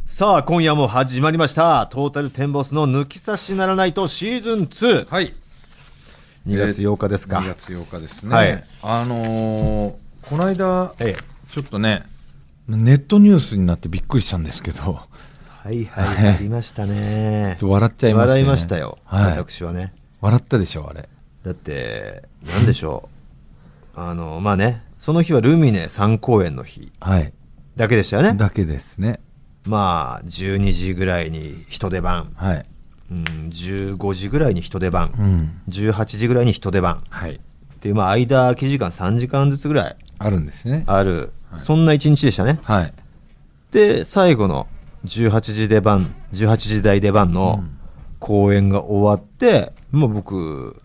さあ今夜も始まりましたトータルテンボスの抜き差しならないとシーズン2。 はい、 2月8日ですか。 2月8日ですね。 はい、 この間、ちょっとねネットニュースになってびっくりしたんですけど、 はいはい、ありましたね。 ちょっと笑っちゃいましたね。 笑いましたよ、 はい、 私はね。 笑ったでしょあれ。 だってなんでしょうまあね、その日はルミネ3公演の日だけでしたよね。 だけですね。 まあ12時ぐらいに人出番、 はい、 15時ぐらいに人出番、18時ぐらいに人出番、 はい、 っていう、まあ間空き時間3時間ずつぐらいあるんですね。 ある、はい、そんな一日でしたね。 はい、 で最後の18時台出番の公演が終わって、もう僕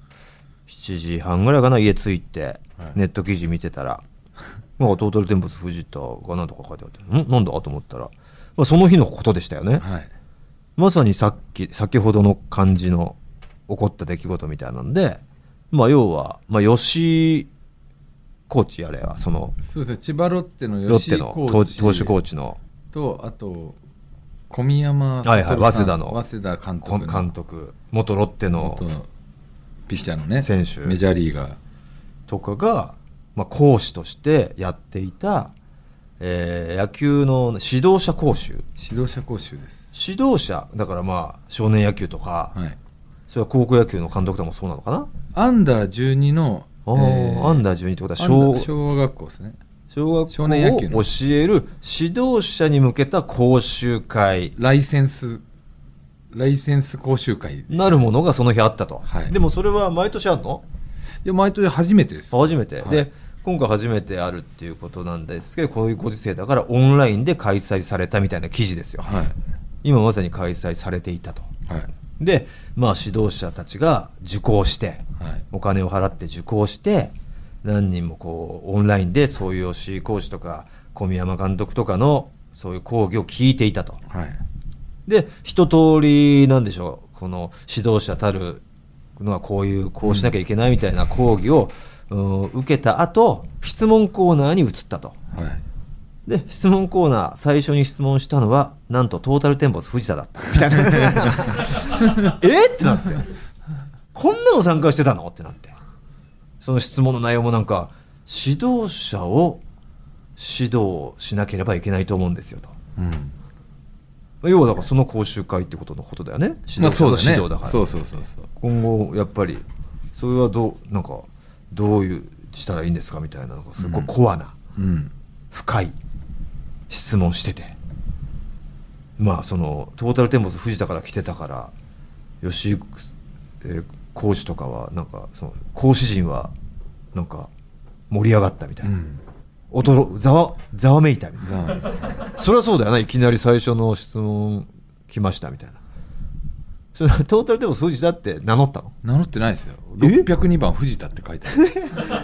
7時半ぐらいかな、家着いてネット記事見てたら、トータルテンボス藤田が何とか書いてあって、なんだと思ったら、その日のことでしたよね。 はい、 まさに先ほどの感じの起こった出来事みたいなんで、要は、吉井コーチ、あれはそうですね、 千葉ロッテの吉井コーチ投手コーチのと、あと小宮山さん、早稲田の早稲田監督、 元ロッテのピッチャーのね選手、 メジャーリーガーとかが、講師としてやっていた、野球の指導者講習です。 指導者だから、少年野球とか、はい、それは高校野球の監督とかもそうなのかな。 アンダー12の、 アンダー12ってことは小学校ですね。 小学校を教える指導者に向けた講習会、 ライセンス講習会なるものがその日あったと。 はい、 でもそれは毎年あるの？ いや、毎年初めてです。 初めて、 はい、 で今回初めてあるっていうことなんですけど、こういうご時世だからオンラインで開催されたみたいな記事ですよ。 はい、 今まさに開催されていたと。 はい、 で、指導者たちが受講して、はい、お金を払って受講して、何人もオンラインでそういう吉井コーチとか小宮山監督とかのそういう講義を聞いていたと。 はい、 で一通りなんでしょう、この指導者たるのはこうしなきゃいけないみたいな講義を、受けた後、質問コーナーに移ったと。 はい、 で質問コーナー、最初に質問したのはなんとトータルテンボス藤田だったみたいなってなって、こんなの参加してたのってなって、その質問の内容もなんか、指導者を指導しなければいけないと思うんですよと、要はだからその講習会ってことだよね。指導者の指導だから、 そう今後やっぱりそれはどういうしたらいいんですかみたいなのがすごいコアな、深い質問してて、そのトータルテンボス藤田から来てたから吉井、講師とかはなんかその講師陣はなんか盛り上がったみたいな、ざわめいたみたいなそりゃそうだよな、いきなり最初の質問来ましたみたいな。それトータルテンボス藤田って名乗ったの？ 名乗ってないですよ。602番藤田って書いてある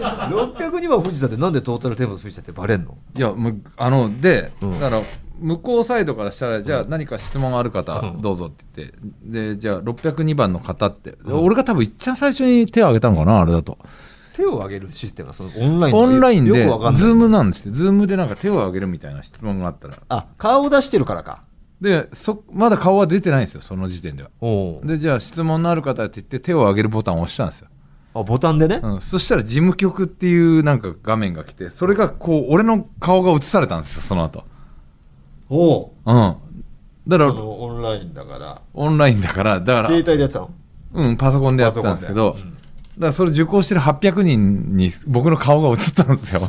602番藤田ってなんでトータルテンボス藤田ってバレんの？ いや、だから向こうサイドからしたら、じゃあ何か質問ある方どうぞって言って、でじゃあ602番の方って、俺が多分いっちゃん最初に手を挙げたのかな、あれだと。 手を挙げるシステムはそのオンラインでよくわかんない。 ズームなんですよ。ズームでなんか手を挙げるみたいな質問があったら、 顔を出してるからか。 でまだ顔は出てないんですよ、その時点では。でじゃあ質問のある方って言って手を挙げるボタンを押したんですよ。 ボタンでね、 そしたら事務局っていうなんか画面が来て、それが俺の顔が映されたんですよ、その後。だからそのオンラインだから携帯でやってたの？ パソコンでやってたんですけど、だからそれ受講してる800人に僕の顔が映ったんですよ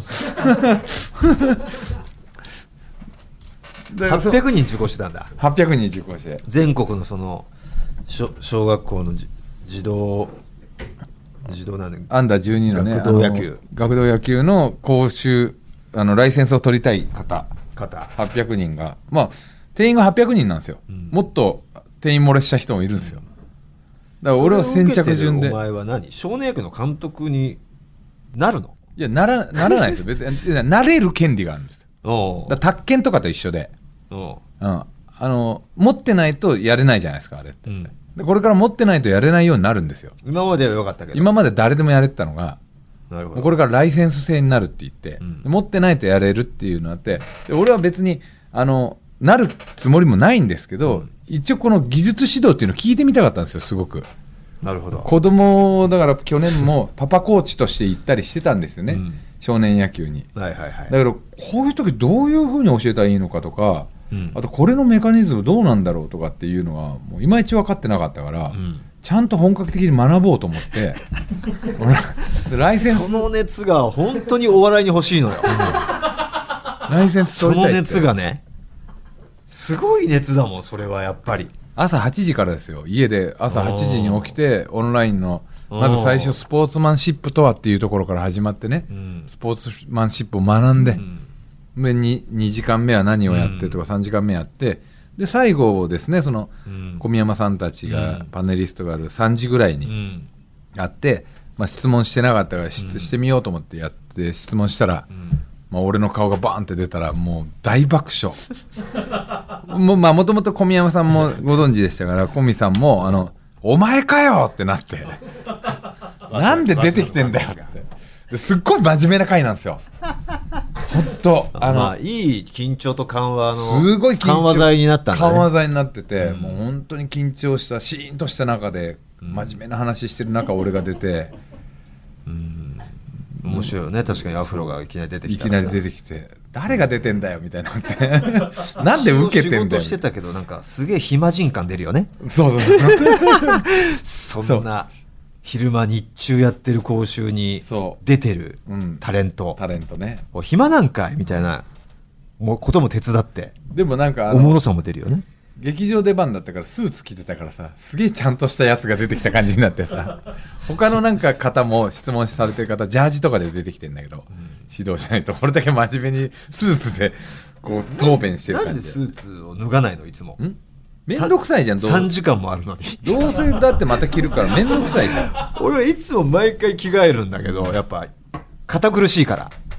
800人受講してたんだ。 800人受講して、 全国のその小学校の児童なんでアンダー12のね、学童野球の講習、ライセンスを取りたい方800人が、定員が800人なんですよ、もっと定員漏れした人もいるんですよ。だから俺は先着順で。 お前は少年野球の監督になるの？ いや、ならないですよ別に。なれる権利があるんですよ。だから宅建とかと一緒で、持ってないとやれないじゃないですか、あれって、でこれから持ってないとやれないようになるんですよ。 今までは良かったけど、 今まで誰でもやれてたのが、 なるほど、 これからライセンス制になるって言って、持ってないとやれるっていうのがあって、で俺は別になるつもりもないんですけど、一応この技術指導っていうのを聞いてみたかったんですよ、すごく。 なるほど。 子供だから去年もパパコーチとして行ったりしてたんですよね、少年野球に。 はいはいはい。 だからこういう時どういうふうに教えたらいいのかとか、あとこれのメカニズムどうなんだろうとかっていうのはもういまいち分かってなかったから、ちゃんと本格的に学ぼうと思ってライセンス、 その熱が本当にお笑いに欲しいのよ。 ライセンス取りたいって。 その熱がね、すごい熱だもん、それはやっぱり。 朝8時からですよ。家で朝8時に起きてオンラインのまず最初スポーツマンシップとはっていうところから始まってね、スポーツマンシップを学んで、で 2時間目は何をやってとか3時間目やって、で最後ですね、その小宮山さんたちがパネリストがある3時ぐらいにやって、まあ、質問してなかったからしてみようと思ってやって質問したら、まあ、俺の顔がバーンって出たらもう大爆笑もともと小宮山さんもご存知でしたから、小宮さんもお前かよってなってなんで出てきてんだよってすっごい真面目な回なんですよ。本当まあ、いい緊張と緩和のすごい緩和剤になったんだね。 緩和剤になってて、もう本当に緊張したシーンとした中で真面目な話してる中俺が出て、 面白いよね。確かにアフロがいきなり出てきたらさ、 いきなり出てきて誰が出てんだよみたいになってなんで受けてんだよ。 仕事してたけどなんかすげえ暇人感出るよね。 そうそんな昼間日中やってる講習に出てるタレントね、 暇なんかいみたいなことも手伝って、 でもなんかおもろさも出るよね。 劇場出番だったからスーツ着てたからさ、すげえちゃんとしたやつが出てきた感じになってさ他のなんか方も質問されてる方ジャージとかで出てきてんだけど、指導しないと俺だけ真面目にスーツでこう答弁してる感じ。 なんでスーツを脱がないのいつも。 めんどくさいじゃん。 3時間もあるのにどうせだってまた着るからめんどくさいじゃん。 俺はいつも毎回着替えるんだけど、やっぱ堅苦しいから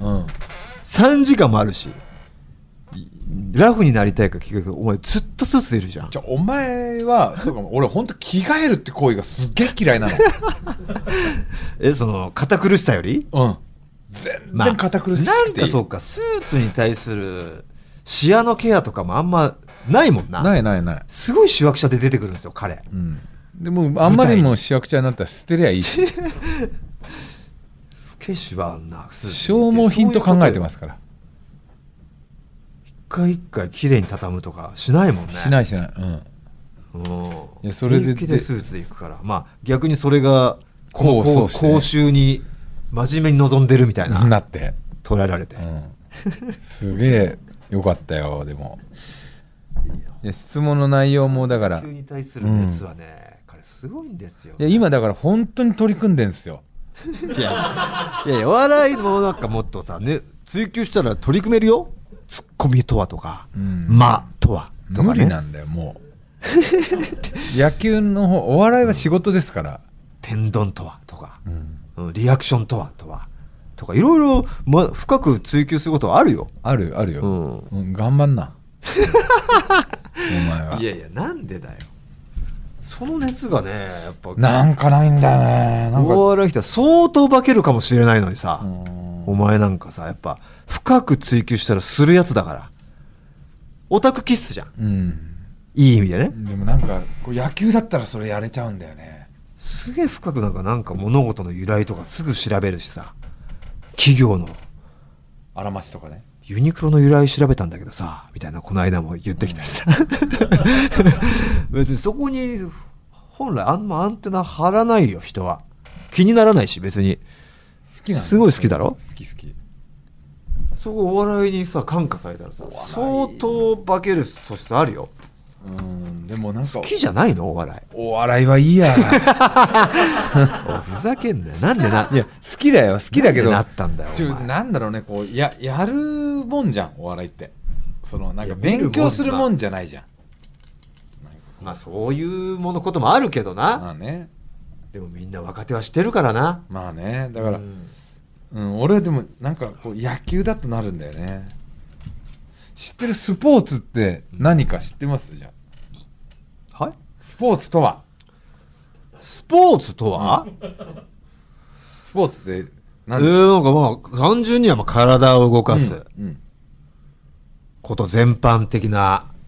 、3時間もあるしラフになりたいから着替えるけど、お前ずっとスーツでいるじゃん。 お前はそうかも。俺本当着替えるって行為がすっげえ嫌いなのその堅苦しさより全然堅苦しくていい、 なんかそうか、スーツに対する視野のケアとかもあんまないもんな。 ないすごいしわくちゃで出てくるんですよ彼、 でもあんまりにもしわくちゃになったら捨てりゃいいしすげえしわんなスーツ消耗品と考えてますから。 一回一回きれいに畳むとかしないもんね。 しない、いやそれで平気でスーツで行くから、まあ逆にそれが講習に真面目に臨んでるみたいなって捉えられて、 すげえよかったよ。でもいや質問の内容もだから野球に対する熱はね、彼すごいんですよ、 いや今だから本当に取り組んでんですよ。 いやお笑いもなんかもっとさ、ね、追求したら取り組めるよ。ツッコミとはとか、間とはとかね。 無理なんだよもう野球の方、お笑いは仕事ですから、 天丼とはとか、リアクションとはとかいろいろ、深く追求することはあるよ。 あるよ、頑張んなお前は。 いやなんでだよ。その熱がねやっぱなんかないんだよね。なんかお笑い人は相当化けるかもしれないのにさ、お前なんかさやっぱ深く追求したらするやつだから、オタク気質じゃん、いい意味でね。 でもなんかこう野球だったらそれやれちゃうんだよね。 すげえ深くなんか物事の由来とかすぐ調べるしさ、企業のあらましとかね、 ユニクロの由来調べたんだけどさみたいな、この間も言ってきたしさ、別にそこに本来あんまアンテナ張らないよ人は。気にならないし別に。 好きなんだ。 すごい好きだろ。 好き。 そこお笑いにさ感化されたらさ相当化ける素質あるよ。 でもなんか好きじゃないのお笑い。 お笑いはいいやふざけんなよ。なんでいや好きだよ、好きだけどなんでなったんだよなんだろうね、こうやるもんじゃんお笑いって。そのなんか勉強するもんじゃないじゃん。 まあそういうこともあるけどな。 まあね。 でもみんな若手はしてるからな。 まあね、だから俺はでもなんかこう野球だとなるんだよね。知ってるスポーツって何か知ってます？じゃあ。はい？スポーツとは？ スポーツとは？ スポーツって何？ なんかまあ単純には体を動かすこと全般的な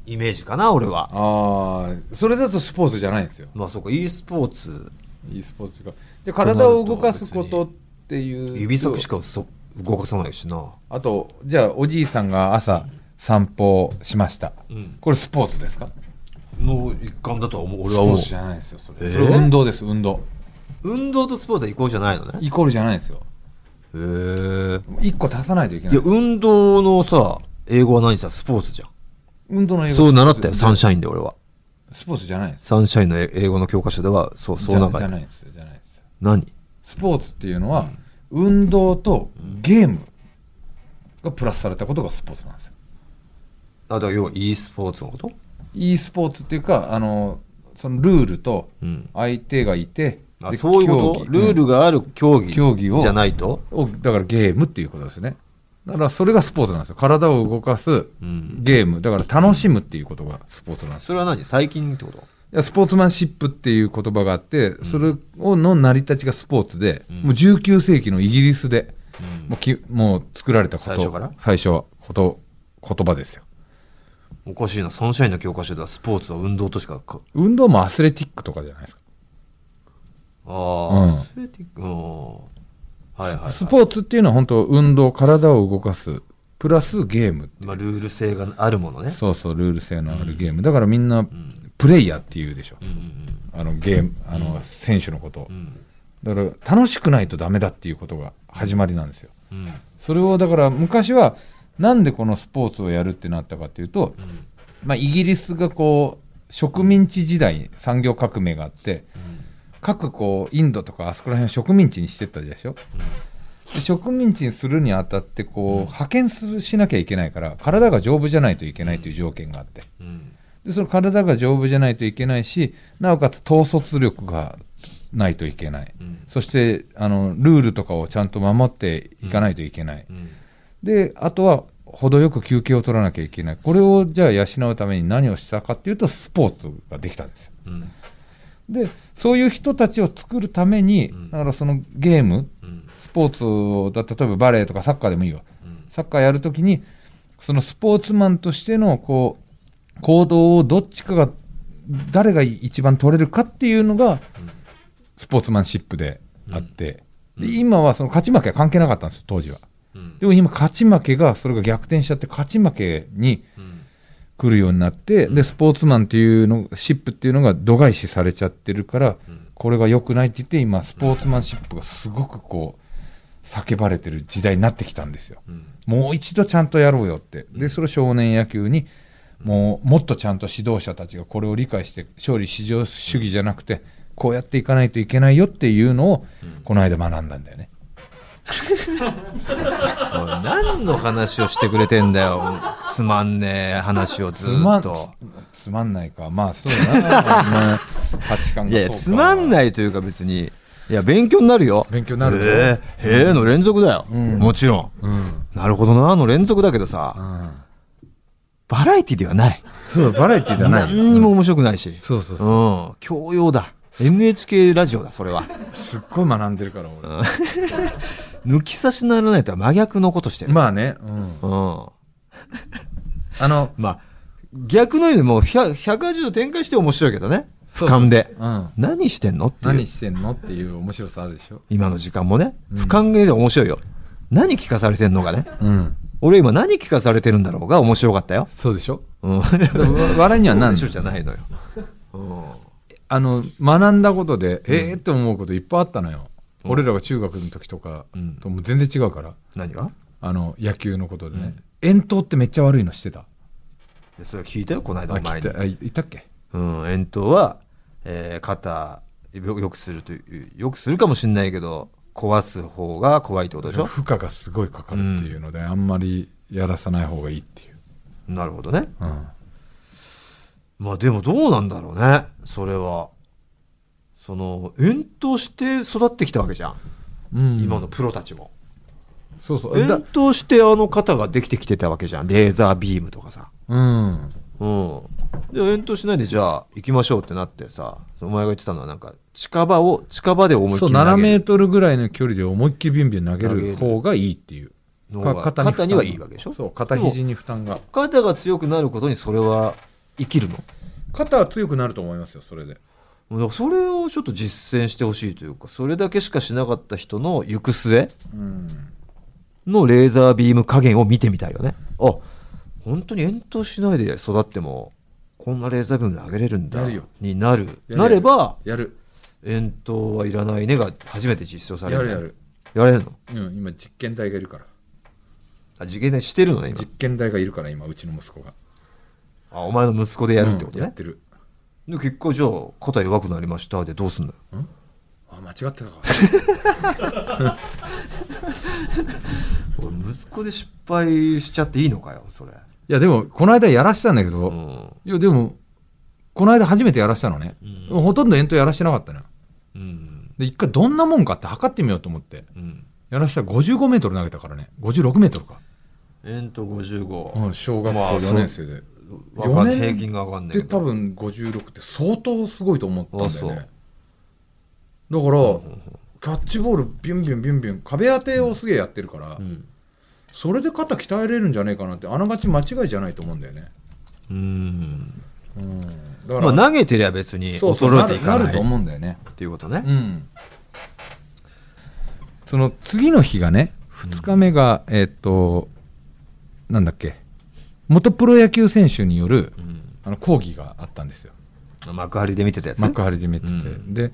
イメージかな俺は。 ああ、それだとスポーツじゃないんですよ。 まあそうか、e スポーツがで体を動かすことっていう指先しか動かさないしな。 あとじゃあおじいさんが朝散歩しました、これスポーツですかの一環だとは俺は思う。 スポーツじゃないですよそれ、それ運動です。運動とスポーツはイコールじゃないのね。 イコールじゃないですよ。一個足さないといけない。 いや運動のさ英語は何さ、スポーツじゃん。 運動の英語そう習ったよ、サンシャインで俺は。 スポーツじゃないです。 サンシャインの英語の教科書ではそうなんかじゃないですよ。 何スポーツっていうのは、運動とゲームがプラスされたことがスポーツなんですよ。 だから要は e スポーツのこと？ e スポーツっていうかそのルールと相手がいて、 そういうこと？ルールがある競技じゃないと？ だからゲームっていうことですね。だからそれがスポーツなんですよ。体を動かすゲーム、だから楽しむっていうことがスポーツなんです。 それは何？最近ってこと？ いやスポーツマンシップっていう言葉があって、それの成り立ちがスポーツで、もう19世紀のイギリスで、もう作られたこと、最初は言葉ですよ。 おかしいな、サンシャインの教科書ではスポーツは運動としか運動もアスレティックとかじゃないですか。 アスレティック、 スポーツっていうのは本当運動、体を動かすプラスゲーム、 ルール性があるものね。 そうそう、ルール性のあるゲーム、だからみんなプレイヤーっていうでしょ、ゲーム選手のこと、だから楽しくないとダメだっていうことが始まりなんですよ、それをだから昔はなんでこのスポーツをやるってなったかっていうと、イギリスがこう植民地時代に産業革命があって、各こうインドとかあそこら辺を植民地にしてったでしょ、で植民地にするにあたってこう派遣しなきゃいけないから体が丈夫じゃないといけないという条件があって、でその体が丈夫じゃないといけないし、なおかつ統率力がないといけない、そしてルールとかをちゃんと守っていかないといけない、であとは程よく休憩を取らなきゃいけない。これをじゃあ養うために何をしたかっていうとスポーツができたんですよ、でそういう人たちを作るために、だからそのゲーム、スポーツ例えばバレーとかサッカーでもいいわ、サッカーやるときにそのスポーツマンとしてのこう行動をどっちかが誰が一番取れるかっていうのがスポーツマンシップであって、で今はその勝ち負けは関係なかったんですよ当時は、でも今勝ち負けがそれが逆転しちゃって勝ち負けに来るようになって、でスポーツマンっていうのシップっていうのが度外視されちゃってるから、これが良くないって言って今スポーツマンシップがすごくこう叫ばれてる時代になってきたんですよ、もう一度ちゃんとやろうよって。でそれを少年野球にもっとちゃんと指導者たちがこれを理解して勝利至上主義じゃなくてこうやっていかないといけないよっていうのをこの間学んだんだよね。 何の話をしてくれてんだよ、つまんねえ話をずっと。 つまんないか、まあそうだな価値観がそうか。 いやつまんないというか別にいや勉強になるよ。 勉強になるへえの連続だよ、もちろん、なるほどなの連続だけどさ、バラエティではない。 そうバラエティではない。 何にも面白くないし、 そう教養だ。NHK ラジオだそれは。 すっごい学んでるから俺抜き差しならないとは真逆のことしてる。 まあね、 まあ逆の意味でも180度展開して面白いけどね、俯瞰で、何してんのっていう、 何してんのっていう面白さあるでしょ。 今の時間もね、俯瞰で面白いよ。何聞かされてんのがね、俺今何聞かされてるんだろうが面白かったよ。 そうでしょ、笑いにはなんそうじゃないのよ。 学んだことでって思うこといっぱいあったのよ、俺らが中学の時とかとも全然違うから。 何が？ 野球のことでね、遠投ってめっちゃ悪いの知ってた？ それ聞いたよこの間お前に。 言ったっけ？ 遠投は、肩よくするというよくするかもしれないけど壊す方が怖いってことでしょ。 負荷がすごいかかるっていうので、あんまりやらさない方がいいっていう。 なるほどね、まあでもどうなんだろうね、それは。その遠投して育ってきたわけじゃん、今のプロたちも。そう遠投して肩ができてきてたわけじゃん、レーザービームとかさ。で遠投しないでじゃあ行きましょうってなってさ、お前が言ってたのはなんか近場で思いっきり投げる。 そう7メートルぐらいの距離で思いっきりビンビン投げる方がいいっていう。 肩にはいいわけでしょ。 そう肩肘に負担が。 肩が強くなることにそれは生きるの？ 肩は強くなると思いますよ、それで。 だからそれをちょっと実践してほしいというか、それだけしかしなかった人の行く末のレーザービーム加減を見てみたいよね。あ、本当に遠投しないで育ってもこんなレーザービームで上げれるんだやるよになれば、 やる遠投はいらないねが初めて実証される。 やるやれるの？ 今実験台がいるから。 あ、実験台してるのね今。 実験台がいるから今、うちの息子が。 あ、お前の息子でやるってことね。 やってる。 で結果じゃあ肩弱くなりましたでどうすんのよ。 あ、間違ってたか。 息子で失敗しちゃっていいのかよそれ。 いやでもこの間やらしたんだけど、いやでもこの間初めてやらしたのね、ほとんど遠投やらしてなかったのよ、で一回どんなもんかって測ってみようと思って、やらしたら55メートル投げたからね。56メートルか。 遠投55、 小学校4年生で、 4年平均が上がんないで多分56って相当すごいと思ったんだよね。だから、キャッチボールビュンビュンビュンビュン壁当てをすげえやってるから、それで肩鍛えれるんじゃねえかなって、あながち間違いじゃないと思うんだよね。 だから投げてりゃ別に衰えていかない、 なると思うんだよねっていうことね。 その次の日がね、2日目がなんだっけ、元プロ野球選手による、講義があったんですよ。 幕張で見てたやつ。 幕張で見てて、で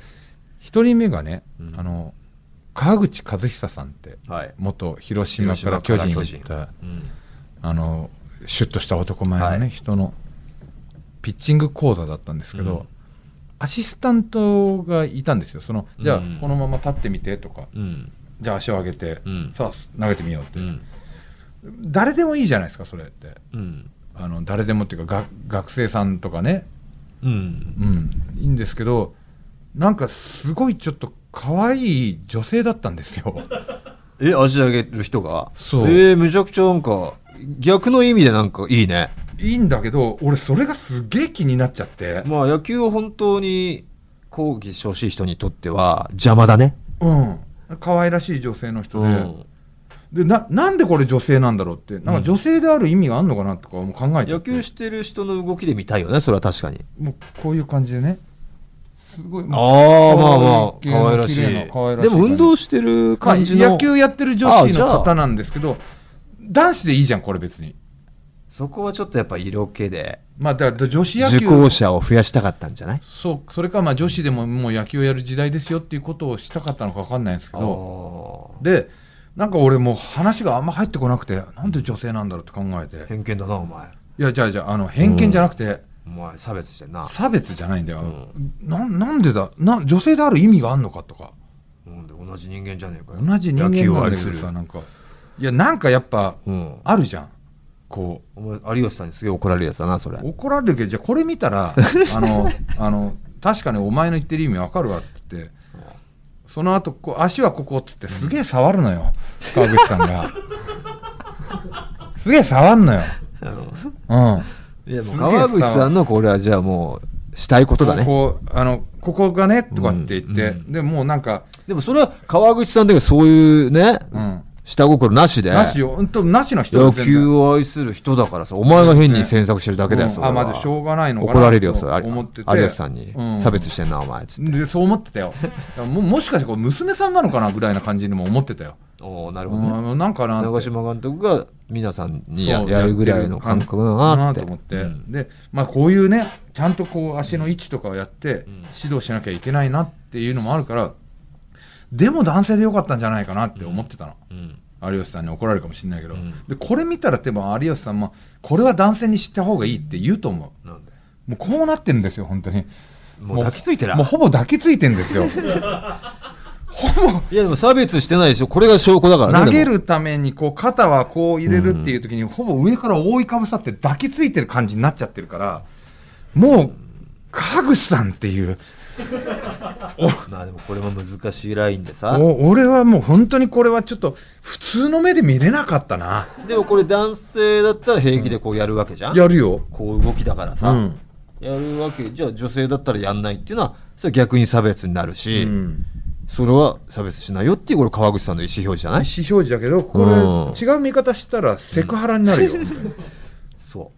1人目がね、川口和久さんって、元広島から巨人に行った、シュッとした男前のね、人のピッチング講座だったんですけど、アシスタントがいたんですよ。じゃあこのまま立ってみてとか、じゃあ足を上げて、さあ投げてみようって、誰でもいいじゃないですかそれって、誰でもっていうか学生さんとかね、いいんですけど、なんかすごいちょっと可愛い女性だったんですよ。 足上げる人が。 そう。 めちゃくちゃなんか逆の意味でなんかいいね。 いいんだけど、俺それがすげえ気になっちゃって。 まあ野球を本当に講義してほしい人にとっては邪魔だね。 可愛らしい女性の人で、なんでこれ女性なんだろうって、なんか女性である意味があるのかなとかも考えちゃって。 野球してる人の動きで見たいよね、それは確かに。 もうこういう感じでね。すごい。 まあ可愛らしい。でも運動してる感じの、 野球やってる女子の方なんですけど、男子でいいじゃんこれ別に。 そこはちょっとやっぱ色気で、 だから女子野球受講者を増やしたかったんじゃない？ それか女子でももう野球をやる時代ですよっていうことをしたかったのか分かんないんですけど、でなんか俺もう話があんま入ってこなくて、なんで女性なんだろうって考えて。 偏見だなお前。 いやじゃあ偏見じゃなくて、 お前差別してんな。 差別じゃないんだよ、なんでだ女性である意味があるのかとか。 同じ人間じゃねえかよ。 同じ人間なんだけどさ、なんかやっぱあるじゃん。こうお前有吉さんにすげえ怒られるやつだなそれ。 怒られるけど、じゃあこれ見たら確かにお前の言ってる意味わかるわって言って、その後足はここって言ってすげえ触るのよ、川口さんが。すげえ触るのよ。 いやもう川口さんのこれはじゃあもうしたいことだね。 ここがねとかって言って、でもうなんか、 でもそれは川口さんだけどそういうね、下心なしで。 なしよ、なしの人。 野球を愛する人だからさ、お前が変に詮索してるだけだよ。それはまだしょうがないのかな。 怒られるよそれ。 思ってて、 有吉さんに差別してんなお前つって。 でそう思ってたよ。もしかしてこれ娘さんなのかなぐらいな感じにも思ってたよ。 なるほどね。 なんかな、 長嶋監督が皆さんにやるぐらいの感覚だなって思って、でこういうね、ちゃんとこう足の位置とかをやって指導しなきゃいけないなっていうのもあるから、でも男性でよかったんじゃないかなって思ってたの。有吉さんに怒られるかもしれないけど、でこれ見たらでも有吉さんもこれは男性に知った方がいいって言うと思う。なんで？もうこうなってるんですよ本当に。 もう抱きついてら。 もうほぼ抱きついてるんですよ。ほぼ。 いやでも差別してないでしょ。これが証拠だからね。 投げるために肩はこう入れるっていう時に、ほぼ上から覆いかぶさって抱きついてる感じになっちゃってるから、もう川口さんっていう。 まあでもこれも難しいラインでさ、 俺はもう本当にこれはちょっと普通の目で見れなかったな。 でもこれ男性だったら平気でこうやるわけじゃん。 やるよ。 こう動きだからさ、やるわけ。じゃあ女性だったらやんないっていうのはそれは逆に差別になるし、それは差別しないよっていう、これ川口さんの意思表示じゃない？意思表示だけど、これ違う見方したらセクハラになるよ。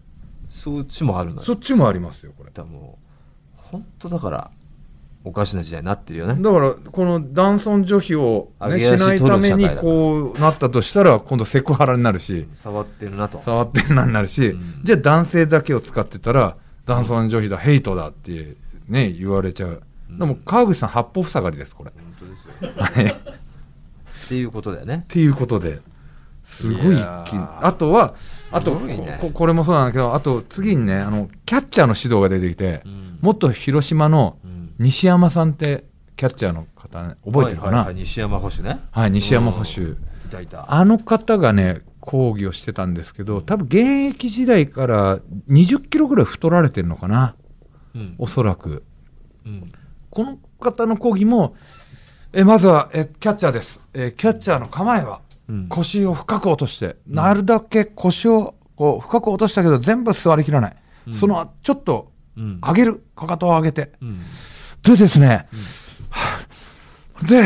そっちもあるのよ。 そっちもありますよこれ。 だもう本当だからおかしな時代になってるよね。 だからこの男尊女卑を、ね、し上げ足ないために取る社会だからこうなったとしたら今度セクハラになるし、 触ってるなと。 触ってるなになるし、 うん、 じゃあ男性だけを使ってたら男尊女卑だ、ヘイトだってね言われちゃう。でも川口さん八方塞がりですこれ。 本当ですよっていうことだよね。 っていうことですごいあとはね、これもそうなんだけど、あと次にねキャッチャーの指導が出てきて、元広島の西山さんってキャッチャーの方、ね、覚えてるかな、 西山捕手ね。 西山捕手、あの方がね講義をしてたんですけど、多分現役時代から20キロぐらい太られてるのかな、おそらく、この方の講義もまずはキャッチャーです、キャッチャーの構えは腰を深く落として、なるだけ腰をこう深く落としたけど全部座りきらない、そのちょっと上げる、かかとを上げて、でですね、で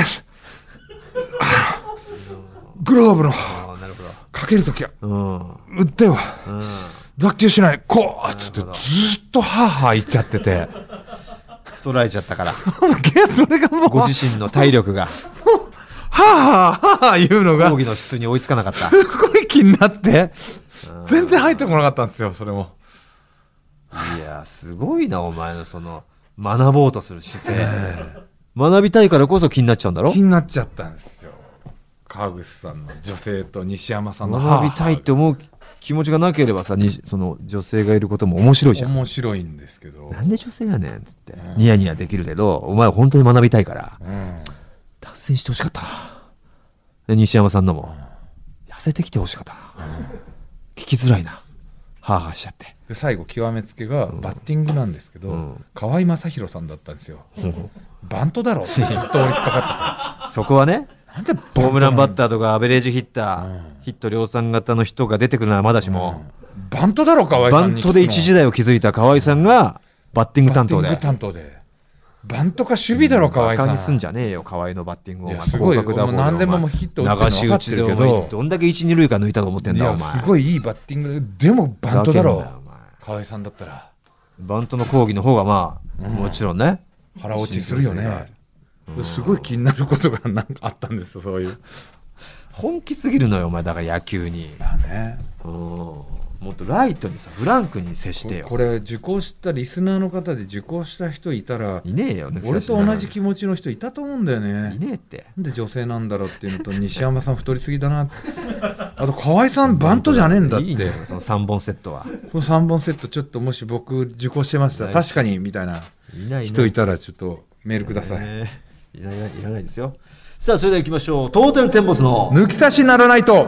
グローブのかけるときは腕は脱臼しない、こうっつってずっとハーハー言っちゃってて太られちゃったからそれがもうご自身の体力がはぁはぁはぁ言うのが講義の質に追いつかなかった。 すごい気になって全然入ってこなかったんですよそれも。 いやすごいなお前のその学ぼうとする姿勢、学びたいからこそ気になっちゃうんだろ。 気になっちゃったんですよ川口さんの女性と西山さんの学びたいって思う気持ちがなければさ、その女性がいることも面白いじゃん。 面白いんですけど、 なんで女性やねんっつって、ニヤニヤできるけどお前は本当に学びたいから、脱線してほしかったな。で西山さんのも、痩せてきてほしかったな、聞きづらいな、ハーハーしちゃって。 で最後極めつけがバッティングなんですけど、河合正宏さんだったんですよ、バントだろってヒットを引っかかっててそこはね、なんでホームランバッターとかアベレージヒッター、ヒット量産型の人が出てくるのはまだしも、 バントだろ河合さんに。 バントで一時代を築いた河合さんがバッティング担当で、 バントか守備だろ河合さん。 バカにすんじゃねえよ河合のバッティングを。 すごい、何でももうヒット打ってるの分かってるけど、 どんだけ一二塁間抜いたと思ってんだお前。 すごいいいバッティングでもバントだろ河合さんだったら。 バントの講義の方がまあ、もちろんね腹落ちするよね。すごい気になることがなんかあったんですよ。そういう本気すぎるのよお前、だから野球に。 だね、 もっとライトにさ、フランクに接してよ。 これ受講したリスナーの方で受講した人いたら、 いねえよ、 俺と同じ気持ちの人いたと思うんだよね。 いねえって。 なんで女性なんだろうっていうのと、西山さん太りすぎだなってあと河合さんバントじゃねえんだって。いいね、 その3本セットは。 この3本セットちょっともし僕受講してましたら確かにみたいな人いたらちょっとメールください。 いらないですよ。さあそれでは行きましょう。トータルテンボスの抜き差しならないと。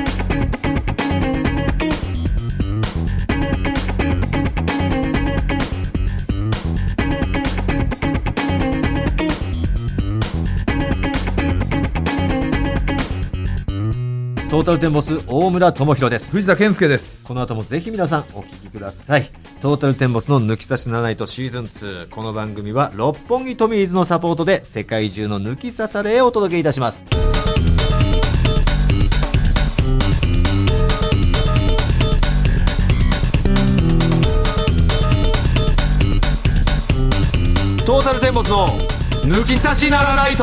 トータルテンボス大村智弘です。 藤田健介です。 この後もぜひ皆さんお聞きください。トータルテンボスの抜き差しならないとシーズン2。この番組は六本木トミーズのサポートで世界中の抜き差されをお届けいたします。トータルテンボスの抜き差しならないと。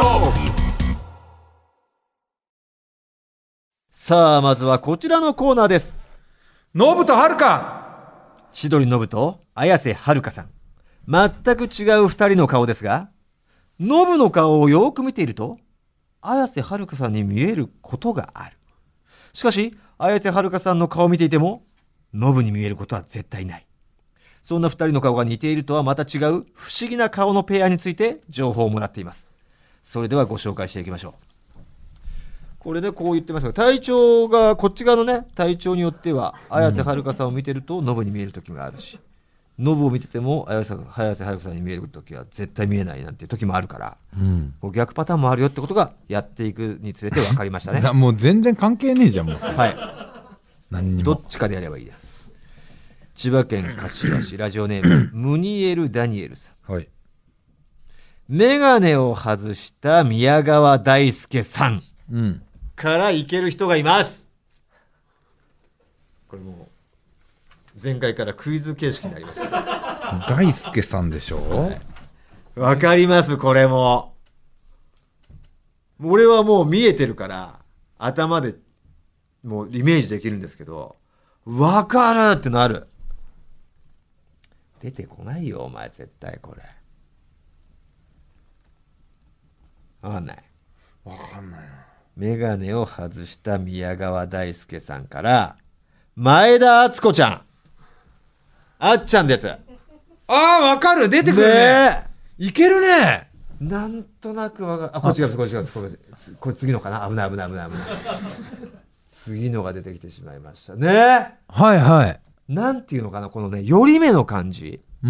さあまずはこちらのコーナーです。 ノブとはるか。 千鳥ノブと綾瀬はるかさん、全く違う二人の顔ですが、ノブの顔をよく見ていると綾瀬はるかさんに見えることがある。しかし綾瀬はるかさんの顔を見ていてもノブに見えることは絶対ない。そんな二人の顔が似ているとはまた違う不思議な顔のペアについて情報をもらっています。それではご紹介していきましょう。これでこう言ってますが、体調がこっち側のね、体調によっては綾瀬はるかさんを見てるとノブに見える時があるし、ノブを見てても綾瀬はるかさんに見える時は絶対見えないなんていう時もあるから、こう逆パターンもあるよってことがやっていくにつれて分かりましたねもう全然関係ねえじゃんもう。 はい、 何にもどっちかでやればいいです。千葉県柏市ラジオネームムニエル・ダニエルさん、 はい、 メガネを外した宮川大輔さん、からいける人がいます。これも前回からクイズ形式になりました。 大輔さんでしょ。 わかります、これも。俺はもう見えてるから、頭でもうイメージできるんですけど、わかるってなる。出てこないよ、お前絶対これ。わかんない。 わかんないな。 メガネを外した宮川大輔さんから、前田敦子ちゃん。あっちゃんです。 ああ、わかる。出てくるね。いけるね。 なんとなくわかる。あ、これ違う、これ違う。これ次のかな。危ない。次のが出てきてしまいましたね。 はいはい。 なんていうのかな、このね、寄り目の感じ。 うん。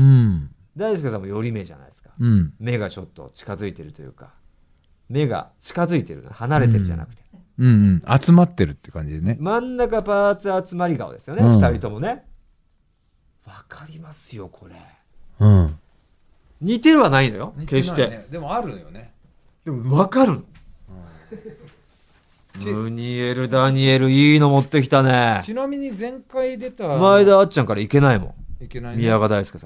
大輔さんも寄り目じゃないですか。 うん。 目がちょっと近づいてるというか、目が近づいてるな、離れてるじゃなくて。 うん。集まってるって感じでね。 真ん中パーツ集まり顔ですよね、二人ともね。わかりますよ、これ。 うん。 似てるはないのよ、決して。 でもあるよね。 でもわかるの。ムニエル・ダニエル、いいの持ってきたね。 ちなみに前回出た前田あっちゃんからいけないもん。 いけないね。 宮川大輔さん。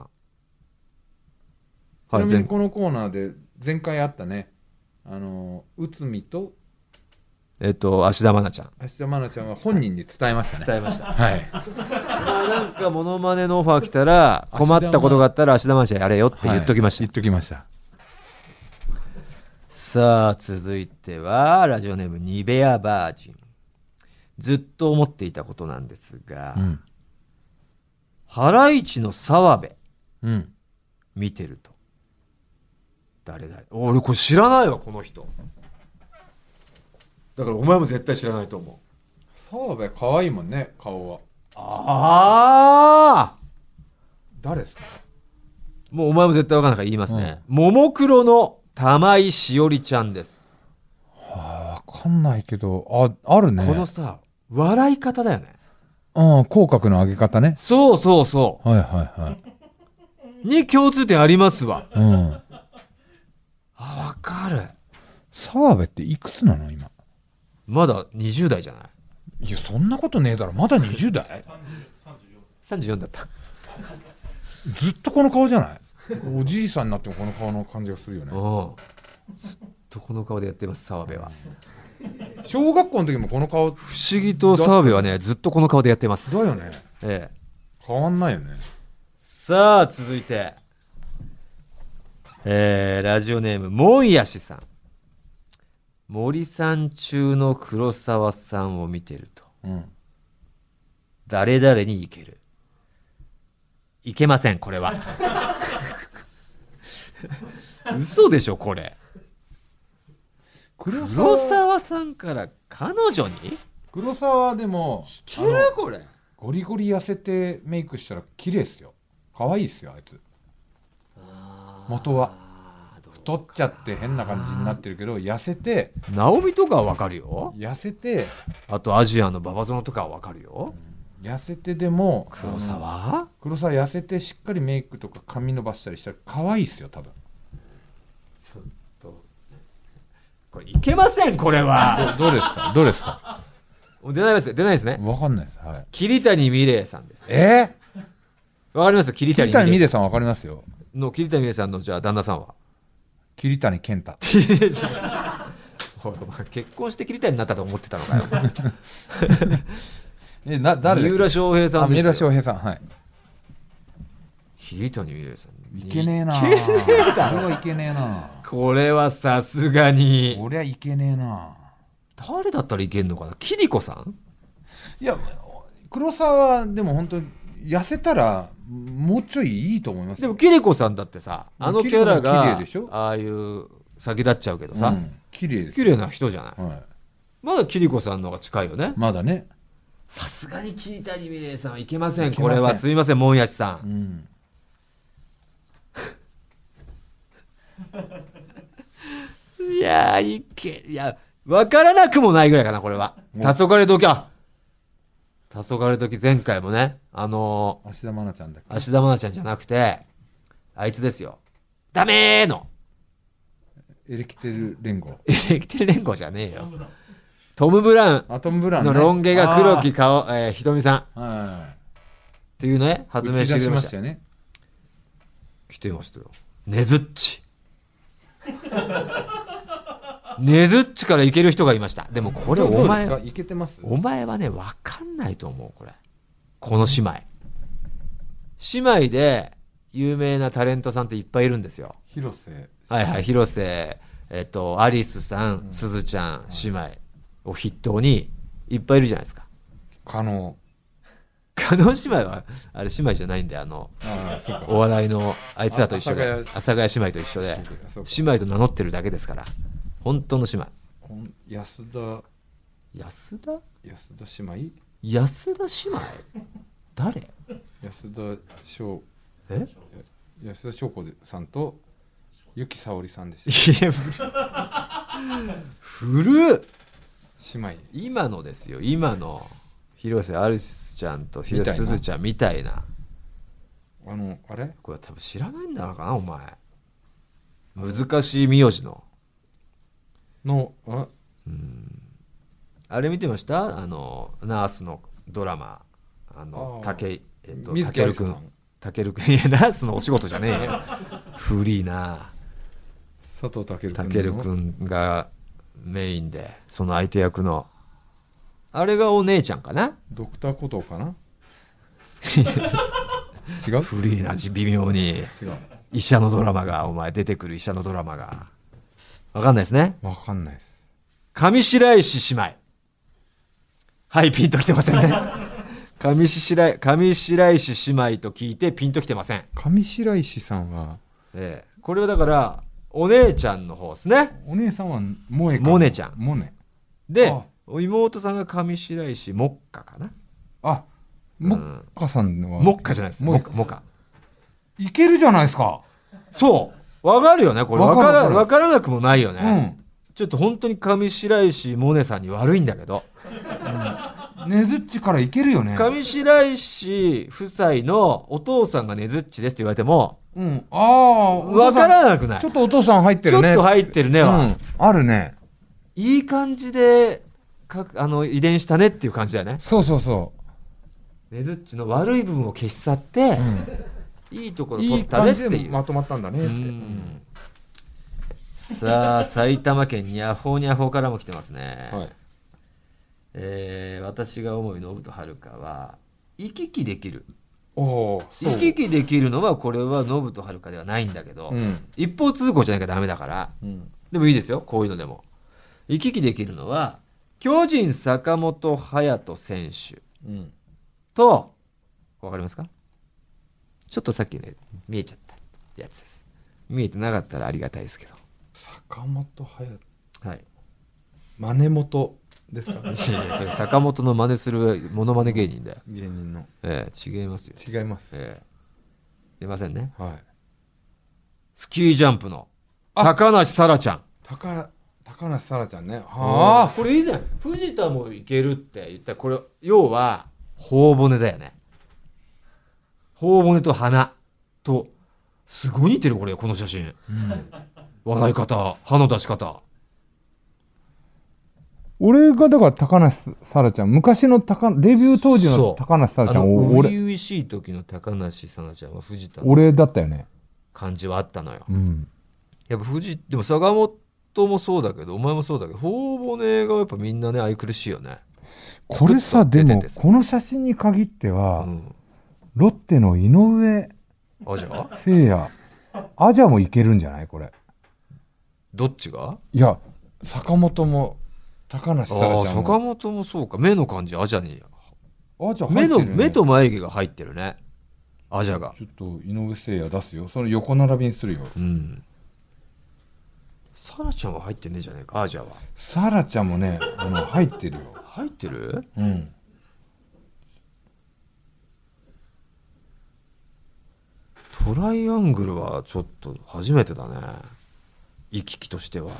ちなみにこのコーナーで前回あったね、内海と芦田愛菜ちゃん。 芦田愛菜ちゃんは本人に伝えましたね。 伝えました。 はい。 なんかモノマネのオファー来たら、困ったことがあったら芦田愛菜ちゃんやれよって言っときました。 言っときました。 さあ続いてはラジオネームニベアバージン。ずっと思っていたことなんですが、ハライチの澤部、見てると誰俺これ知らないわ、この人。だからお前も絶対知らないと思う。 澤部可愛いもんね、顔は。 ああ、 誰ですか。 もうお前も絶対分かんないから言いますね。ももクロの玉井しおりちゃんです。 はあ、分かんないけど、あるね。 このさ、笑い方だよね。 口角の上げ方ね。 そう。に共通点ありますわ。わかる。 澤部っていくつなの今。 まだ20代じゃない。 いや、そんなことねえだろ。まだ20代 34だった。 ずっとこの顔じゃない。おじいさんになってもこの顔の感じがするよね。 ずっとこの顔でやってます、澤部は。 小学校の時もこの顔。 不思議と澤部はね、ずっとこの顔でやってます。 だよね。変わんないよね。 さあ続いて、ラジオネームもんやしさん。森さん中の黒沢さんを見てると、誰々にいける。いけません、これは。嘘でしょこれ。黒沢さんから彼女に。 黒沢でもいけるこれ。 ゴリゴリ痩せてメイクしたら綺麗っすよ。可愛いっすよ、あいつ。元は太っちゃって変な感じになってるけど、痩せて。 直美とかは分かるよ。 痩せて、 あとアジアの馬場園とかは分かるよ。 痩せてでも黒沢痩せてしっかりメイクとか髪伸ばしたりしたら可愛いっすよ、多分。 ちょっとこれいけません、これは。 どうですか。 出ないですね。 分かんないです。はい。 桐谷美玲さんです。わかりますよ。桐谷美玲さん分かりますよ。の桐谷美玲さんのじゃあ旦那さんは桐谷健太。 結婚して桐谷になったと思ってたのかよ。 誰。 三浦翔平さんですよ。 三浦翔平さん、はい。 桐谷美玲さんいけねえな。これはいけねえな。 これはさすがに。 これはいけねえな。 誰だったらいけんのかな。桐子さん。いや、黒沢はでも本当に痩せたらもうちょいいいと思います。 でも桐子さんだってさ、あのキャラがああいう先立っちゃうけどさ、 綺麗です。 綺麗な人じゃない。まだ桐子さんの方が近いよね。 まだね。 さすがに桐谷美玲さんはいけません。これはすいません、もんやしさん。いやいや分からなくもないぐらいかな、これは。黄昏時前回もね、芦田愛菜ちゃんだっけ。 芦田愛菜ちゃんじゃなくて、あいつですよ。ダメーのエレキテル連合。 エレキテル連合じゃねえよ。トム・ブラウンのロン毛が黒木ひとみさん。 っていうね発明してくれました。 よね。 来てましたよ。ねずっちねずっちからいける人がいました。でもこれお前いけてます？ お前はね分かんないと思う。この姉妹で有名なタレントさんっていっぱいいるんですよ。 広瀬、 はいはい、広瀬、アリスさん、すずちゃん、姉妹を筆頭にいっぱいいるじゃないですか。 加納姉妹はあれ姉妹じゃないんで、 そうか、 お笑いのあいつらと一緒で、阿佐ヶ谷姉妹と一緒で姉妹と名乗ってるだけですから。本当の姉妹。 安田姉妹安田姉妹誰？ 安田翔子さんと由紀さおりさんでした。いや古っ。 姉妹今のですよ、今の広瀬アリスちゃんと広瀬すずちゃんみたいな。 あれこれ多分知らないんだろうかなお前。難しい名字のあれ見てました？ナースのドラマ、たけるくん、いやナースのお仕事じゃねえよフリーな佐藤健くんがメインで、その相手役のあれがお姉ちゃんかな。 ドクターコトーかな違う、 フリーな微妙に違う、 医者のドラマが、お前出てくる医者のドラマが分かんないですね。 分かんないです。 上白石姉妹、はい、ピンときてませんね上白石姉妹と聞いてピンときてません。 上白石さんは、 これはだからお姉ちゃんの方ですね。 お姉さんはモネちゃんで、妹さんが上白石モッカかな。 モッカさんはモッカじゃないです。モカいけるじゃないですか。 そう分かるよね。これ分からなくもないよね、ちょっと本当に上白石萌音さんに悪いんだけど、 ねずっちからいけるよね。 上白石夫妻のお父さんがねずっちですって言われても、分からなくない？ ちょっとお父さん入ってるね。 ちょっと入ってるねは、 あるね。 いい感じで遺伝したねっていう感じだよね。 そうねずっちの悪い部分を消し去って、いいところ取ったねっていう、いい感じでまとまったんだねって、 さあ埼玉県にゃほーにゃほーからも来てますね。私が思う信と遥は行き来できる。行き来できるのはこれは信と遥ではないんだけど、一方通行じゃなきゃダメだから、でもいいですよ、こういうのでも。行き来できるのは巨人坂本勇人選手、と分かりますか？ちょっとさっきね見えちゃったやつです。見えてなかったらありがたいですけど、 坂本勇人、 はい、 真似元ですか？ それ坂本の真似するモノマネ芸人だよ。 芸人の。 違いますよ。 違います。 出ませんね。スキージャンプの高梨沙羅ちゃん。 高梨沙羅ちゃんね。 これ以前藤田もいけるって言った。これ要は頬骨だよね。頬骨と鼻とすごい似てるこの写真、笑い方、歯の出し方。 俺がだから高梨沙羅ちゃん、昔のデビュー当時の高梨沙羅ちゃん、 初々しい時の高梨沙羅ちゃんは藤田の俺だったよね。 感じはあったのよ、やっぱでも坂本もそうだけどお前もそうだけど、頬骨がやっぱみんなね愛くるしいよね。 これさ、でもこの写真に限っては、ロッテの井上誠也、アジャもいけるんじゃないこれ。 どっちが？ いや、坂本も高梨沙羅ちゃんも。 坂本もそうか。目の感じアジャに、 入ってるね。 目と眉毛が入ってるね、アジャが。 ちょっと井上誠也出すよ。その横並びにするよ。 沙羅ちゃんは入ってねえじゃねえか、アジャは。 沙羅ちゃんもね、入ってるよ。 入ってる？トライアングルはちょっと初めてだね、行き来としては。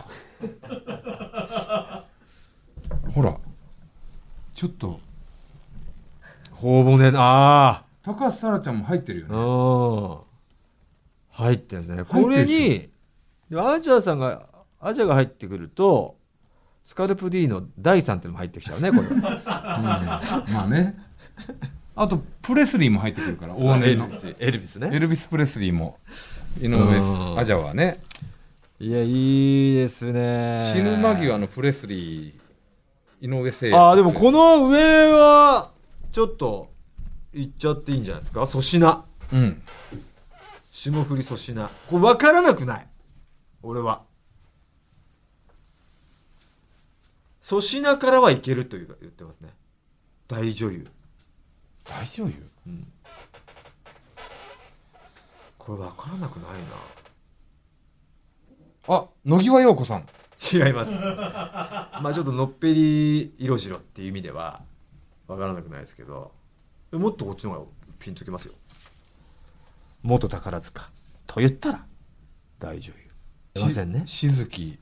ほらちょっと頬骨、高橋沙羅ちゃんも入ってるよね。 入ってるんですね。これにアジャが入ってくるとスカルプ D の第3っていうのも入ってきちゃうねこれ。 まあね。 あとプレスリーも入ってくるから、往年のエルビスね。 エルビス・プレスリーも井上アジャはね。 いや、いいですね。 死ぬ間際のプレスリー、井上誠也。 でもこの上はちょっといっちゃっていいんじゃないですか。粗品、霜降り粗品、これ分からなくない。俺は粗品からはいけるというか言ってますね。大女優。 大女優、 これ分からなくないな。野際陽子さん。 違います。まあちょっとのっぺり色白っていう意味では分からなくないですけど、もっとこっちの方がピンときますよ。元宝塚と言ったら大女優。すいませんね。 静木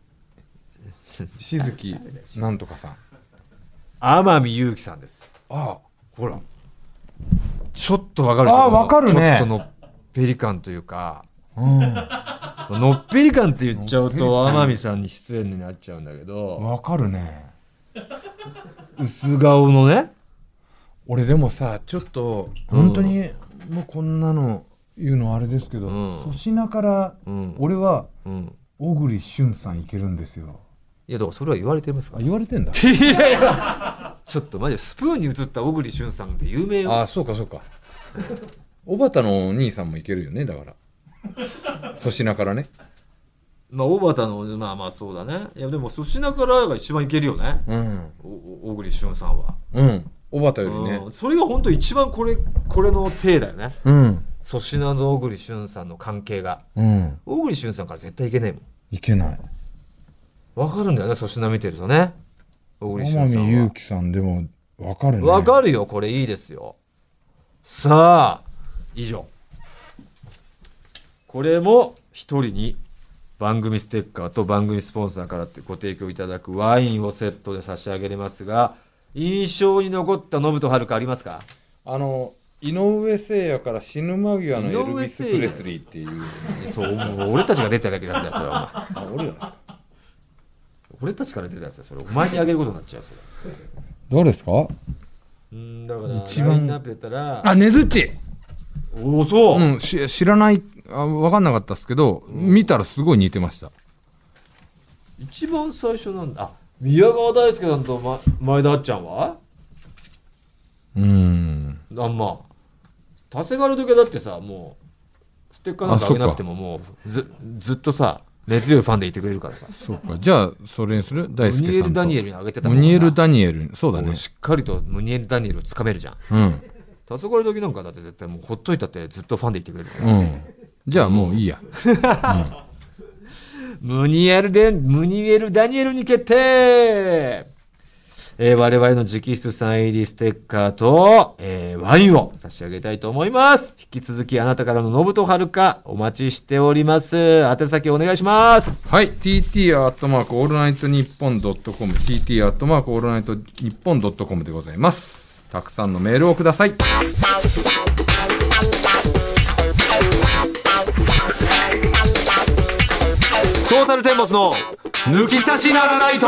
なんとかさん。 天海祐希さんです。 ほらちょっと分かるでしょ。 分かるね。 ちょっとのっぺり感というか、のっぺり感って言っちゃうと天海さんに失礼になっちゃうんだけど、 分かるね。 薄顔のね。 俺でもさ、ちょっと本当にもうこんなの言うのあれですけど、粗品から俺は小栗旬さんいけるんですよ。 いや、だからそれは言われてますから。 言われてんだ。 いやいや、ちょっとマジでスプーンに映った小栗旬さんって有名よ。 そうか小畑のお兄さんもいけるよね。だから粗品からね。 小畑のまあそうだね。いやでも粗品からが一番いけるよね。小栗旬さんは。 小畑よりね。 それが本当一番これの体だよね。粗品と小栗旬さんの関係が。小栗旬さんから絶対いけないもん。 いけない。 わかるんだよね、粗品見てるとね。小栗旬さんは。 天海祐希さんでもわかるね。 わかるよ、これいいですよ。さあ、以上。これも一人に番組ステッカーと番組スポンサーからってご提供いただくワインをセットで差し上げますが、印象に残ったノブとはるかありますか？ 井上誠也から死ぬ間際のエルビス・プレスリーっていう。 そう、もう俺たちが出てるだけだよ、それは。俺たちから出たやつだよ、それ。お前にあげることになっちゃう、それ。 どうですか？ だから一番ラインナップやったら、 ねずっち。 そう。 知らない、分かんなかったですけど、見たらすごい似てました。 一番最初なんだ。宮川大輔さんと、前田あっちゃんは長谷川の時はだってさ、もうステッカーなんかあげなくてももうずっとさ、根強いファンでいてくれるからさ。 そうか。じゃあそれにする？大輔さんとムニエル・ダニエルにあげてたムニエル・ダニエル、そうだね。 しっかりとムニエル・ダニエルをつかめるじゃん。黄昏時なんかだって絶対もうほっといたってずっとファンでいてくれるから、 じゃあもういいや。 ムニエル・ダニエルに決定。我々の直筆サイン入りステッカーと、ワインを差し上げたいと思います。引き続きあなたからのノブとはるかお待ちしております。宛先お願いします。 はい、tt@allnightnippon.com、tt@allnightnippon.com でございます。たくさんのメールをください。 トータルテンボスの抜き差しならないと。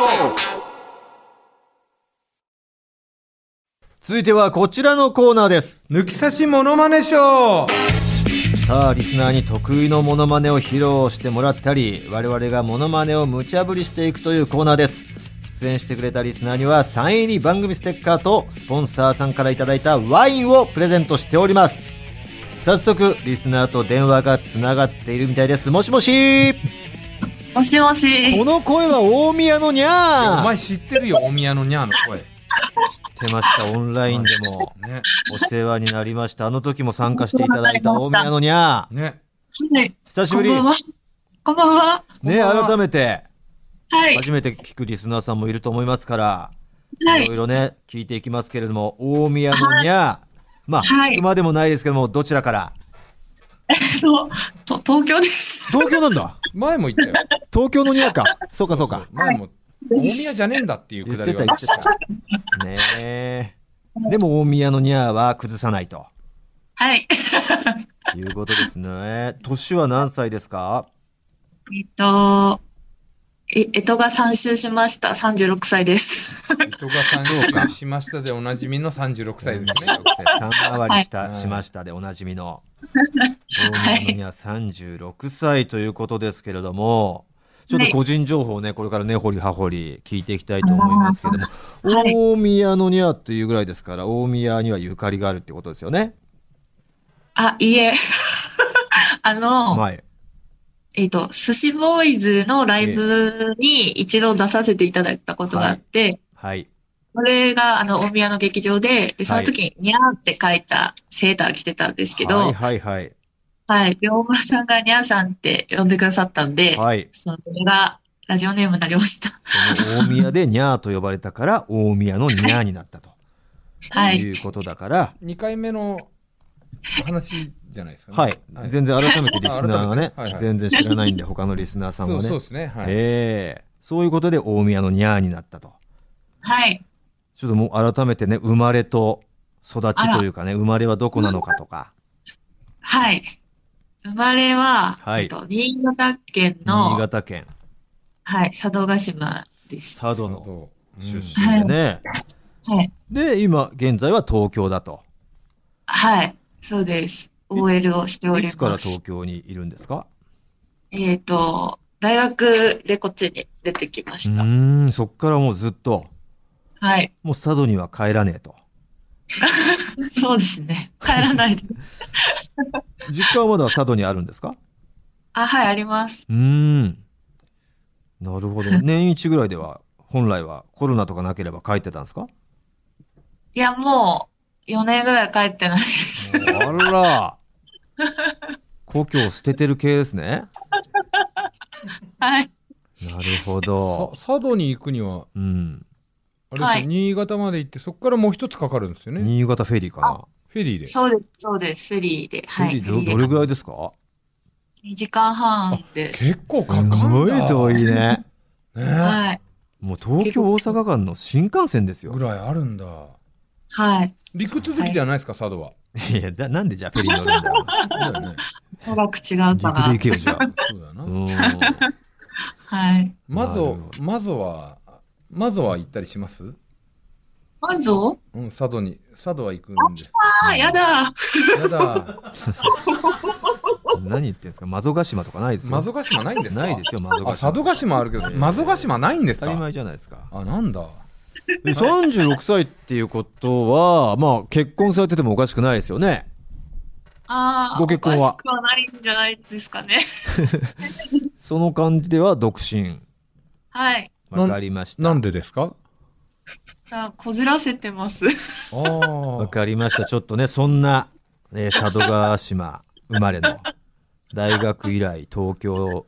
続いてはこちらのコーナーです。 抜き差しモノマネショー。 さあ、リスナーに得意のモノマネを披露してもらったり、我々がモノマネを無茶ぶりしていくというコーナーです。出演してくれたリスナーにはサイン入り番組ステッカーとスポンサーさんからいただいたワインをプレゼントしております。早速リスナーと電話がつながっているみたいです。もしもし。 もしもし。 この声は大宮のにゃー。 お前知ってるよ、大宮のにゃーの声。 知ってました。オンラインでも、ね、お世話になりました。あの時も参加していただいた大宮のにゃー、 ね、 はい、 久しぶり。 こんばんは。 ね、改めて、 はい、 初めて聞くリスナーさんもいると思いますから、 はい、 いろいろね聞いていきますけれども、大宮のにゃー、まあ、 はい、 聞くまでもないですけども、どちらから？ 東京です。 東京なんだ。 前も言ったよ。 東京のにゃーか。そうかそうか。 前も大宮じゃねえんだっていうくだりは言ってた。ねえ。でも大宮のにゃーは崩さないと。 はい。 いうことですね。年は何歳ですか？ 干が3周しました。36歳です。 干が3周しましたでおなじみの36歳ですね。 3回りしましたでおなじみの大宮のにゃ36歳ということですけれども、ちょっと個人情報をね、これからね、掘り葉掘り聞いていきたいと思いますけれども、大宮のにゃっていうぐらいですから、大宮にはゆかりがあるってことですよね。 いいえ。 はい。 寿司ボーイズのライブに一度出させていただいたことがあって、 はい。 これが大宮の劇場で、その時ににゃーって書いたセーター着てたんですけど、はい。大村さんがにゃーさんって呼んでくださったんで、それがラジオネームになりました。 その大宮でにゃーと呼ばれたから、大宮のにゃーになったと。はい。いうことだから。 2回目の話じゃないですかね。 はい。全然改めてリスナーがね、全然知らないんで、他のリスナーさんはね。 そうですね。 そういうことで大宮のにゃーになったと。 はい。 ちょっともう改めてね、生まれと育ちというかね、生まれはどこなのかとか。 はい。生まれは、新潟県の、 新潟県。 はい、佐渡島です。 佐渡の出身でね。 はい。 で、今、現在は東京だと。 はい、そうです。OL をしております。 いつから東京にいるんですか？ 大学でこっちに出てきました。 そっからもうずっと。 はい。 もう佐渡には帰らねえと。 そうですね。帰らないで。 実家はまだ佐渡にあるんですか？ はい、あります。 なるほど。年一ぐらいでは、本来はコロナとかなければ帰ってたんですか？ いや、もう、4年ぐらい帰ってないです。 あら。故郷を捨ててる系ですね。 はい。 なるほど。 佐渡に行くには、あれですよ、新潟まで行って、そこからもう一つかかるんですよね。 新潟フェリーかな。 フェリーで。 そうです、フェリーで。 はい。どれぐらいですか ？2時間半です。 結構かかんだ。 すごい遠いね。 はい。 もう東京大阪間の新幹線ですよ。 ぐらいあるんだ。 はい。 陸続きじゃないですか、佐渡は。 いや、なんでじゃあフェリー乗るんだよ。 そうだよね。 長く違うかな。 陸で行けよ、じゃあ。 そうだな。 はい。 まずは行ったりします？ まずは？ 佐渡は行くんです。 やだ。 やだ。 何言ってんですか？窓ヶ島とかないですよ。 窓ヶ島ないんですか？ ないですよ、窓ヶ島。 佐渡島あるけど、窓ヶ島ないんですか？ 当たり前じゃないですか。 なんだ。 36歳っていうことは、まあ結婚されててもおかしくないですよね。ご結婚は。 おかしくはないんじゃないですかね。 その感じでは独身。 はい。 わかりました。 なんでですか？ こじらせてます。 わかりました。ちょっとね、そんな、佐渡島生まれの大学以来東京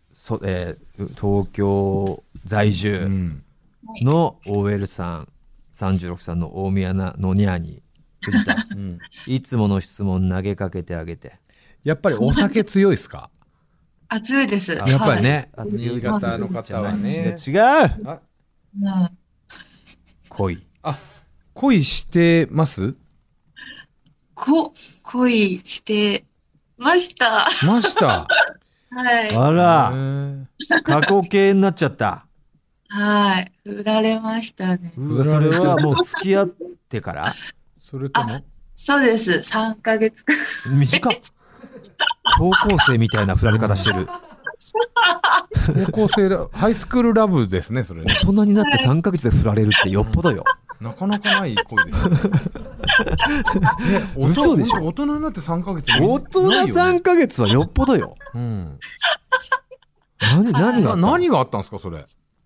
在住の OL さん、36歳の大宮のにゃーに藤田、いつもの質問投げかけてあげて。 やっぱりお酒強いですか？ 強いです。 やっぱりね、新潟の方はね。 違う。恋。 恋してます？ 恋してました。はい。 あら、過去形になっちゃった。 はい。振られましたね。 それはもう付き合ってから？ それとも？ そうです。3ヶ月。 短っ。高校生みたいな振られ方してる。 高校生ハイスクールラブですね、それね。 大人になって3ヶ月で振られるってよっぽどよ。 なかなかない恋ですよね。 嘘でしょ。 大人になって3ヶ月。 大人3ヶ月はよっぽどよ。何があったんですか、それ。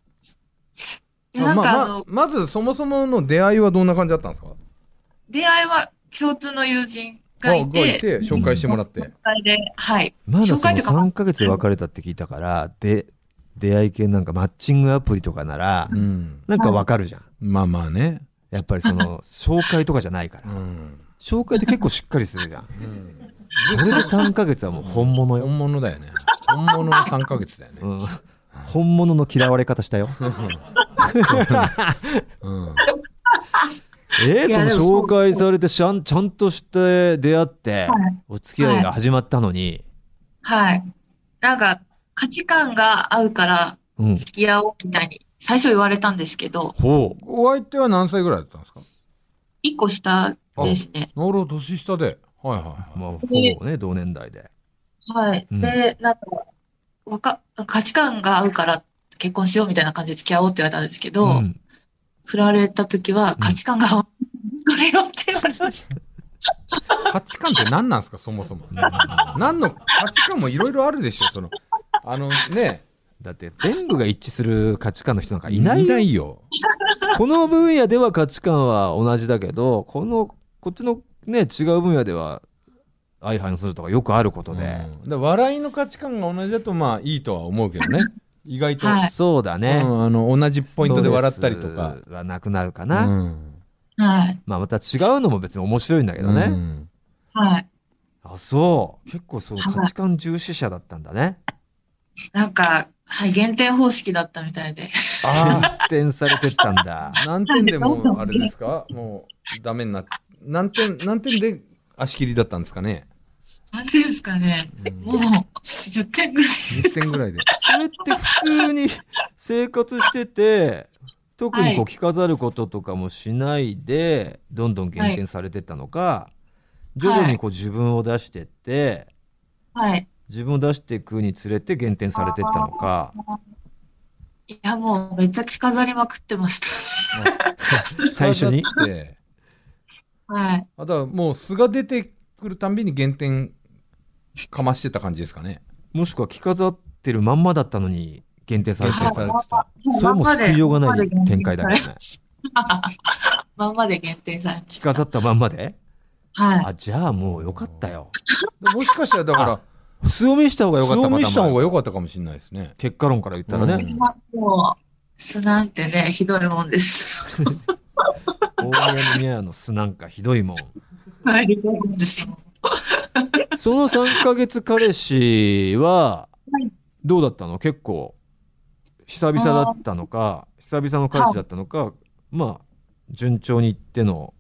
まずそもそもの出会いはどんな感じだったんですか？ 出会いは共通の友人がいて紹介してもらって。 はい。 まだその3ヶ月で別れたって聞いたから、出会い系なんかマッチングアプリとかなら、なんかわかるじゃん。 まあまあね。 やっぱりその、紹介とかじゃないから。紹介って結構しっかりするじゃん。それで3ヶ月はもう本物よ。 本物だよね。本物の3ヶ月だよね。 本物の嫌われ方したよ。その紹介されてちゃんとして出会って、お付き合いが始まったのに。 はい。なんか価値観が合うから付き合おうみたいに最初言われたんですけど。 ほう。お相手は何歳ぐらいだったんですか ？1個下ですね。 なるほど、年下で。はいはいはい。 まあ、ほぼね、同年代で。 はい。で、なんか、価値観が合うから結婚しようみたいな感じで付き合おうって言われたんですけど、振られた時は価値観が合う。これよって言われました。 価値観って何なんですか、そもそも。何の価値観もいろいろあるでしょ、ね。 だって全部が一致する価値観の人なんかいないよ。この分野では価値観は同じだけど、こっちのね、違う分野では相反するとかよくあることで。 笑いの価値観が同じだとまあいいとは思うけどね。意外と。 そうだね。 同じポイントで笑ったりとか。 はなくなるかな。はい。まあまた違うのも別に面白いんだけどね。 はい。 あ、そう。結構そう価値観重視者だったんだね。 なんか、はい、減点方式だったみたいで。 ああ、減点されてったんだ。 何点でもあれですか？もうダメになって、何点で足切りだったんですかね？ 何点ですかね？もう10点ぐらい。 10点ぐらいで。 それって普通に生活してて、特に着飾ることとかもしないで、どんどん減点されてったのか、徐々に自分を出してって、 はい。 自分を出していくにつれて減点されてったのか。 いや、もうめっちゃ着飾りまくってました。 最初にはい。 だからもう素が出てくるたんびに減点かましてた感じですかね。 もしくは着飾ってるまんまだったのに減点されてた。それも救いようがない展開だけどね。 まんまで減点されて着飾ったまんまで。 はい。 あ、じゃあもうよかったよ。 もしかしたらだから素を見した方が良かった。 素を見した方が良かったかもしれないですね。 結果論から言ったらね。 もう素なんてね、ひどいもんです。 大宮の素なんかひどいもん。 はい、ひどいもんですよ。 その3ヶ月彼氏はどうだったの？結構久々だったのか、久々の彼氏だったのか、まあ順調にいっての。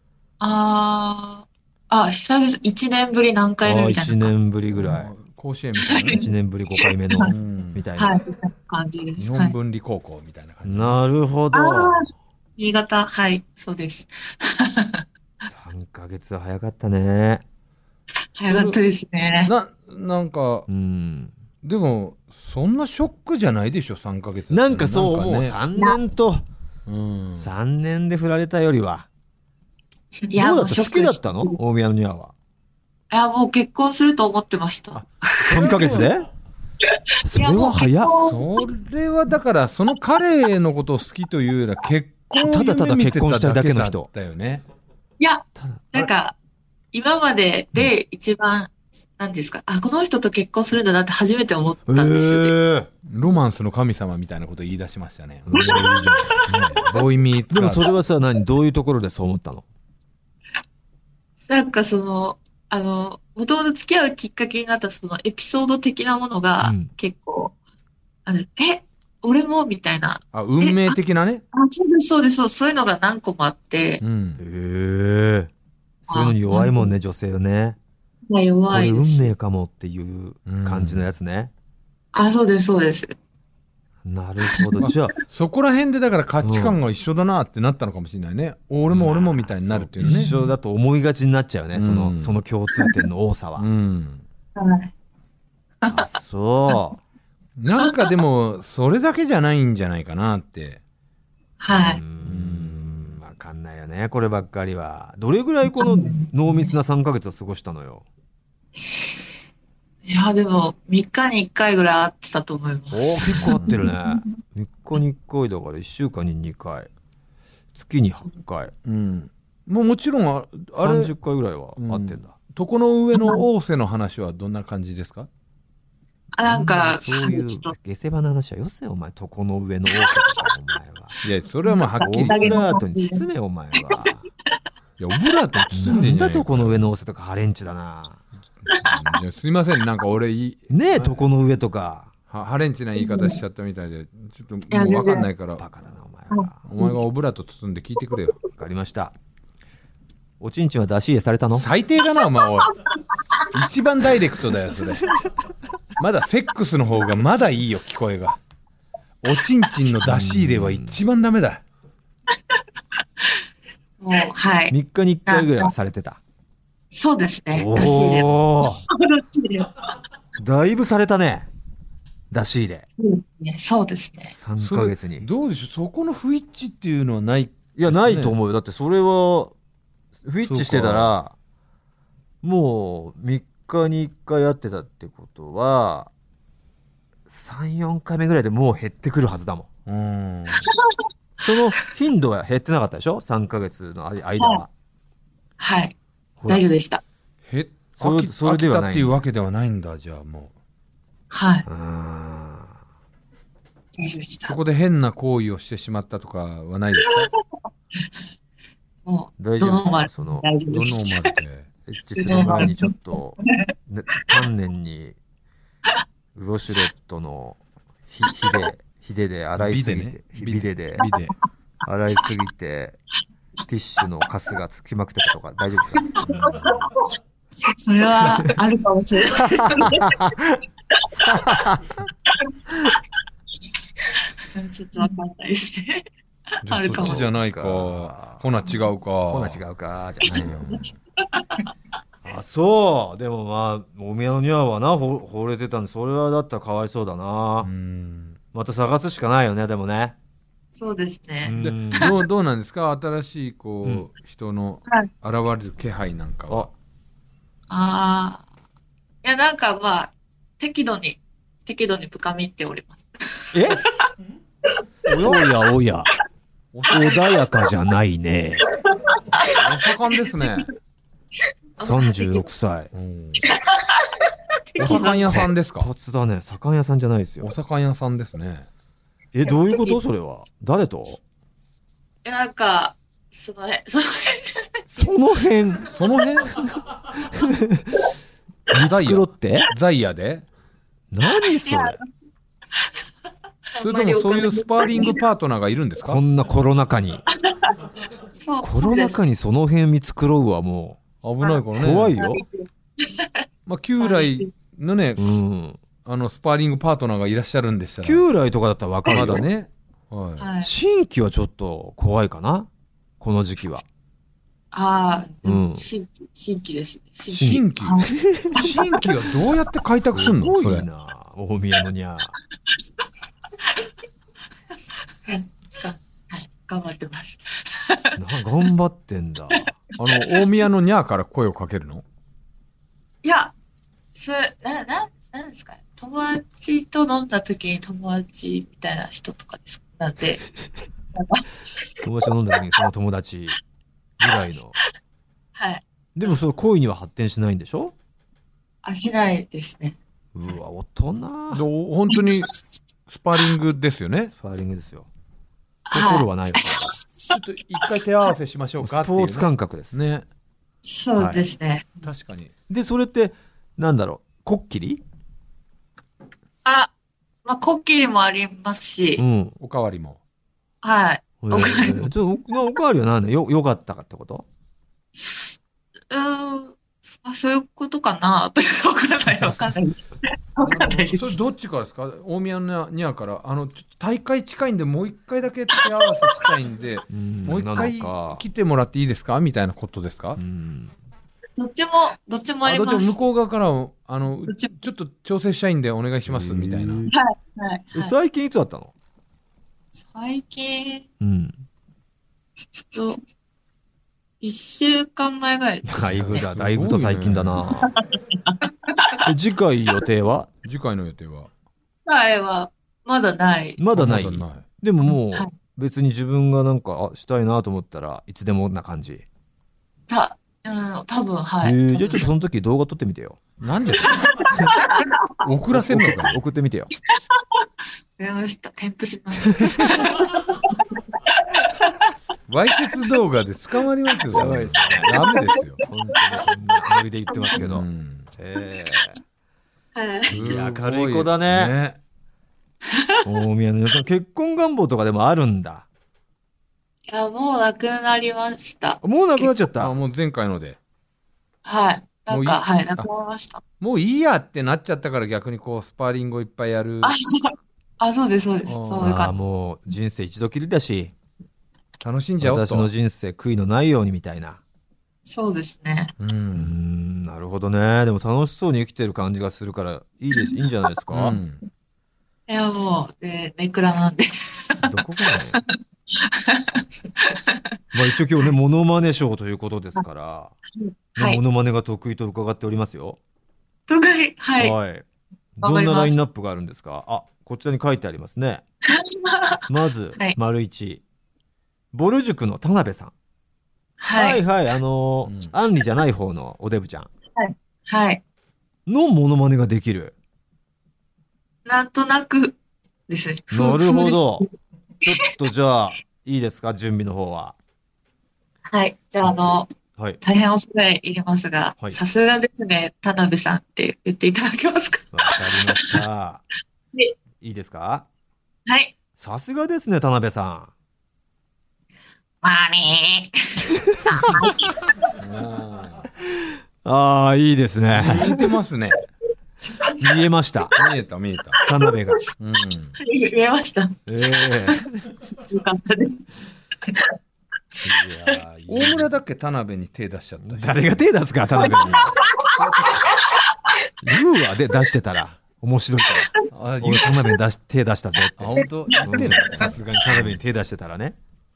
久々、1年ぶり何回目みたいな。 1年ぶりぐらい。 甲子園みたいな。 1年ぶり5回目の、みたいな。 はい、感じです。 日本文理高校みたいな感じ。 なるほど。 新潟、はい、そうです。 3ヶ月は早かったね。 早かったですね。 なんか、でも、そんなショックじゃないでしょ、3ヶ月。 なんかそう、もう3年と、3年で振られたよりは。いや、どうだった？好きだったの？大宮のニャーは。 いや、もう結婚すると思ってました。 3ヶ月で？それは早っ。 それはだから、その彼のことを好きというよりは結婚をただただ結婚したいだけの人だよね。 いや、なんか、今までで一番、何ですか、この人と結婚するんだなって初めて思ったんですよ。 ロマンスの神様みたいなこと言い出しましたね。ボーイミーツ。 でもそれはさ、どういうところでそう思ったの？ なんかもともと付き合うきっかけになったそのエピソード的なものが結構、俺もみたいな。 運命的なね。 そうです。そういうのが何個もあって。 そういうのに弱いもんね、女性はね。 弱いです。 これ運命かもっていう感じのやつね。 そうです、そうです。 なるほど。じゃあそこら辺でだから価値観が一緒だなってなったのかもしれないね。俺もみたいになるっていうね。 一緒だと思いがちになっちゃうね。その共通点の多さは。そう。 なんかでもそれだけじゃないんじゃないかなって。 はい。 わかんないよね。こればっかりは。どれぐらいこの濃密な3ヶ月を過ごしたのよ。 いや、でも、3日に1回ぐらい会ってたと思います。 結構会ってるね。3日に1回だから1週間に2回。月に8回。 もちろん、あれ。 30回ぐらいは会ってんだ。 床の上の仰せの話はどんな感じですか？ なんか、 そういう下世話な話はよせよ、お前。床の上の仰せとか、お前は。 いや、それはまあはっきり。 オブラートに包め、お前は。いや、オブラートに包んでんじゃないか。 なんだ床の上の仰せとかハレンチだな。 すいません、なんか俺ねえ、床の上とかハレンチな言い方しちゃったみたいで、ちょっともう分かんないから。 バカだな、お前は。 お前がオブラート包んで聞いてくれよ。 分かりました。おちんちんは出し入れされたの？ 最低だな、お前。おい、一番ダイレクトだよ、それ。まだセックスの方がまだいいよ、聞こえが。 おちんちんの出し入れは一番ダメだ。 もう、はい。 3日に1回ぐらいはされてた。 そうですね。出し入れ。 だいぶされたね。出し入れ。 そうですね。 3ヶ月に。 どうでしょう、そこの不一致っていうのはない、ね。 いや、ないと思うよ。だってそれは、不一致してたら、もう3日に1回やってたってことは、3、4回目ぐらいでもう減ってくるはずだもん。その頻度は減ってなかったでしょ ?3 ヶ月の間は。 はい。大丈夫でした。 それではない。飽きたっていうわけではないんだ、じゃあもう。 はい。大丈夫でした。 そこで変な行為をしてしまったとかはないですか？ もう、大丈夫ですか？ その、 大丈夫です。 エッチする前にちょっと、丹念に、ウォシュレットのヒデで洗いすぎて、ビデで洗いすぎて、ティッシュのカスがつきまくってたとか、大丈夫ですか？それはあるかもしれないですね。ちょっとわかんないですね。あるかもしれない。 じゃないか。ほな違うか。 じゃないよ。あ、そう。でもまあ、お宮のニャーはな、惚れてたんで、それはだったらかわいそうだな。また探すしかないよね、でもね。 そうですね。 どうなんですか？新しい、こう、人の現れる気配なんかは。 いや、なんかまあ、適度に深みっております。 おや。穏やかじゃないね。 お盛んですね。 36歳。 お盛ん屋さんですか？ 活発だね。盛ん屋さんじゃないですよ。 お盛ん屋さんですね。 どういうことそれは？誰と？ なんか、その辺見繕ってザイヤで？ 何それ？ それともそういうスパーリングパートナーがいるんですか？ こんなコロナ禍に。コロナ禍にその辺見繕うはもう。危ないからね。 怖いよ。 まあ、旧来のね、スパーリングパートナーがいらっしゃるんでしたら。 旧来とかだったら分かるよ。 まだね。 新規はちょっと怖いかな、この時期は。 新規ですね。 新規はどうやって開拓すんの？ すごいな、大宮のニャー。 頑張ってます。 頑張ってんだ。 大宮のニャーから声をかけるの？ いや、なんですかね。友達と飲んだ時に友達みたいな人とかです。なんで。 友達と飲んだ時にその友達ぐらいの。 はい。 でもその恋には発展しないんでしょ？ しないですね。 うわ、大人。 本当にスパーリングですよね。 スパーリングですよ。心はないわ。 ちょっと一回手合わせしましょうかっていう、 スポーツ感覚ですね。 そうですね。 確かに。 で、それってなんだろう、こっきり？ まあ、こっきりもありますし、 おかわりも。 はい。 おかわりは何だよかったかってこと？ そういうことかなというわかんない。 それどっちからですか？大宮のニャーから、大会近いんでもう一回だけ手合わせしたいんで、もう一回来てもらっていいですかみたいなことですか？ どっちもあります。 向こう側からちょっと調整したいんでお願いしますみたいな。 はい。 最近いつだったの？ 最近、1週間前ぐらいです。 だいぶと最近だな。次回の予定は？ 次回はまだない。 まだない。でももう別に自分がなんかしたいなと思ったらいつでもな感じ。 多分はい。 じゃあちょっとその時動画撮ってみてよ。 なんで？送らせんのか？ 送ってみてよ。 わかりました。添付します。 わいせつ動画で捕まりますよ。 やばいですよね。 ダメですよ。 本当にこんなノリで言ってますけど。いや、明るい子だね。大宮の結婚願望とかでもあるんだ。 いや、もうなくなりました。 もうなくなっちゃった。 もう前回ので。 はい。なんか、なくなりました。 もういいやってなっちゃったから逆にこう、スパーリングをいっぱいやるあ、そうです、そうです。そういう感じ。 もう人生一度きりだし、 楽しんじゃおうと。 私の人生悔いのないようにみたいな。 そうですね。 なるほどね。でも楽しそうに生きてる感じがするからいいんじゃないですか。 いや、もう、ネクラなんで。 どこからね。まあ一応今日ね、モノマネショーということですから、はい、モノマネが得意と伺っておりますよ。 得意、はい。 はい。どんなラインナップがあるんですか。あ、こちらに書いてありますね。まず、はい、丸一。ボル塾の田辺さん。はい、はい、はい、アンリじゃない方のおデブちゃん。 はい。はい。 のモノマネができる。 なんとなくですね。 なるほど。ちょっとじゃあ、いいですか、準備の方は。 はい。じゃあ、はい、大変恐れ入りますが、さすがですね、田辺さんって言っていただけますか。 わかりました。いいですか。 はい。 さすがですね、田辺さん。 まあねー。ああ、いいですね。 見えてますね。 見えました。 見えた。 田辺が。 見えました。よかったです。 大村だっけ、田辺に手出しちゃった。 誰が手出すか、田辺に。言うわ、で出してたら面白いから。俺田辺に手出したぜって。 本当。 さすがに田辺に手出してたらね。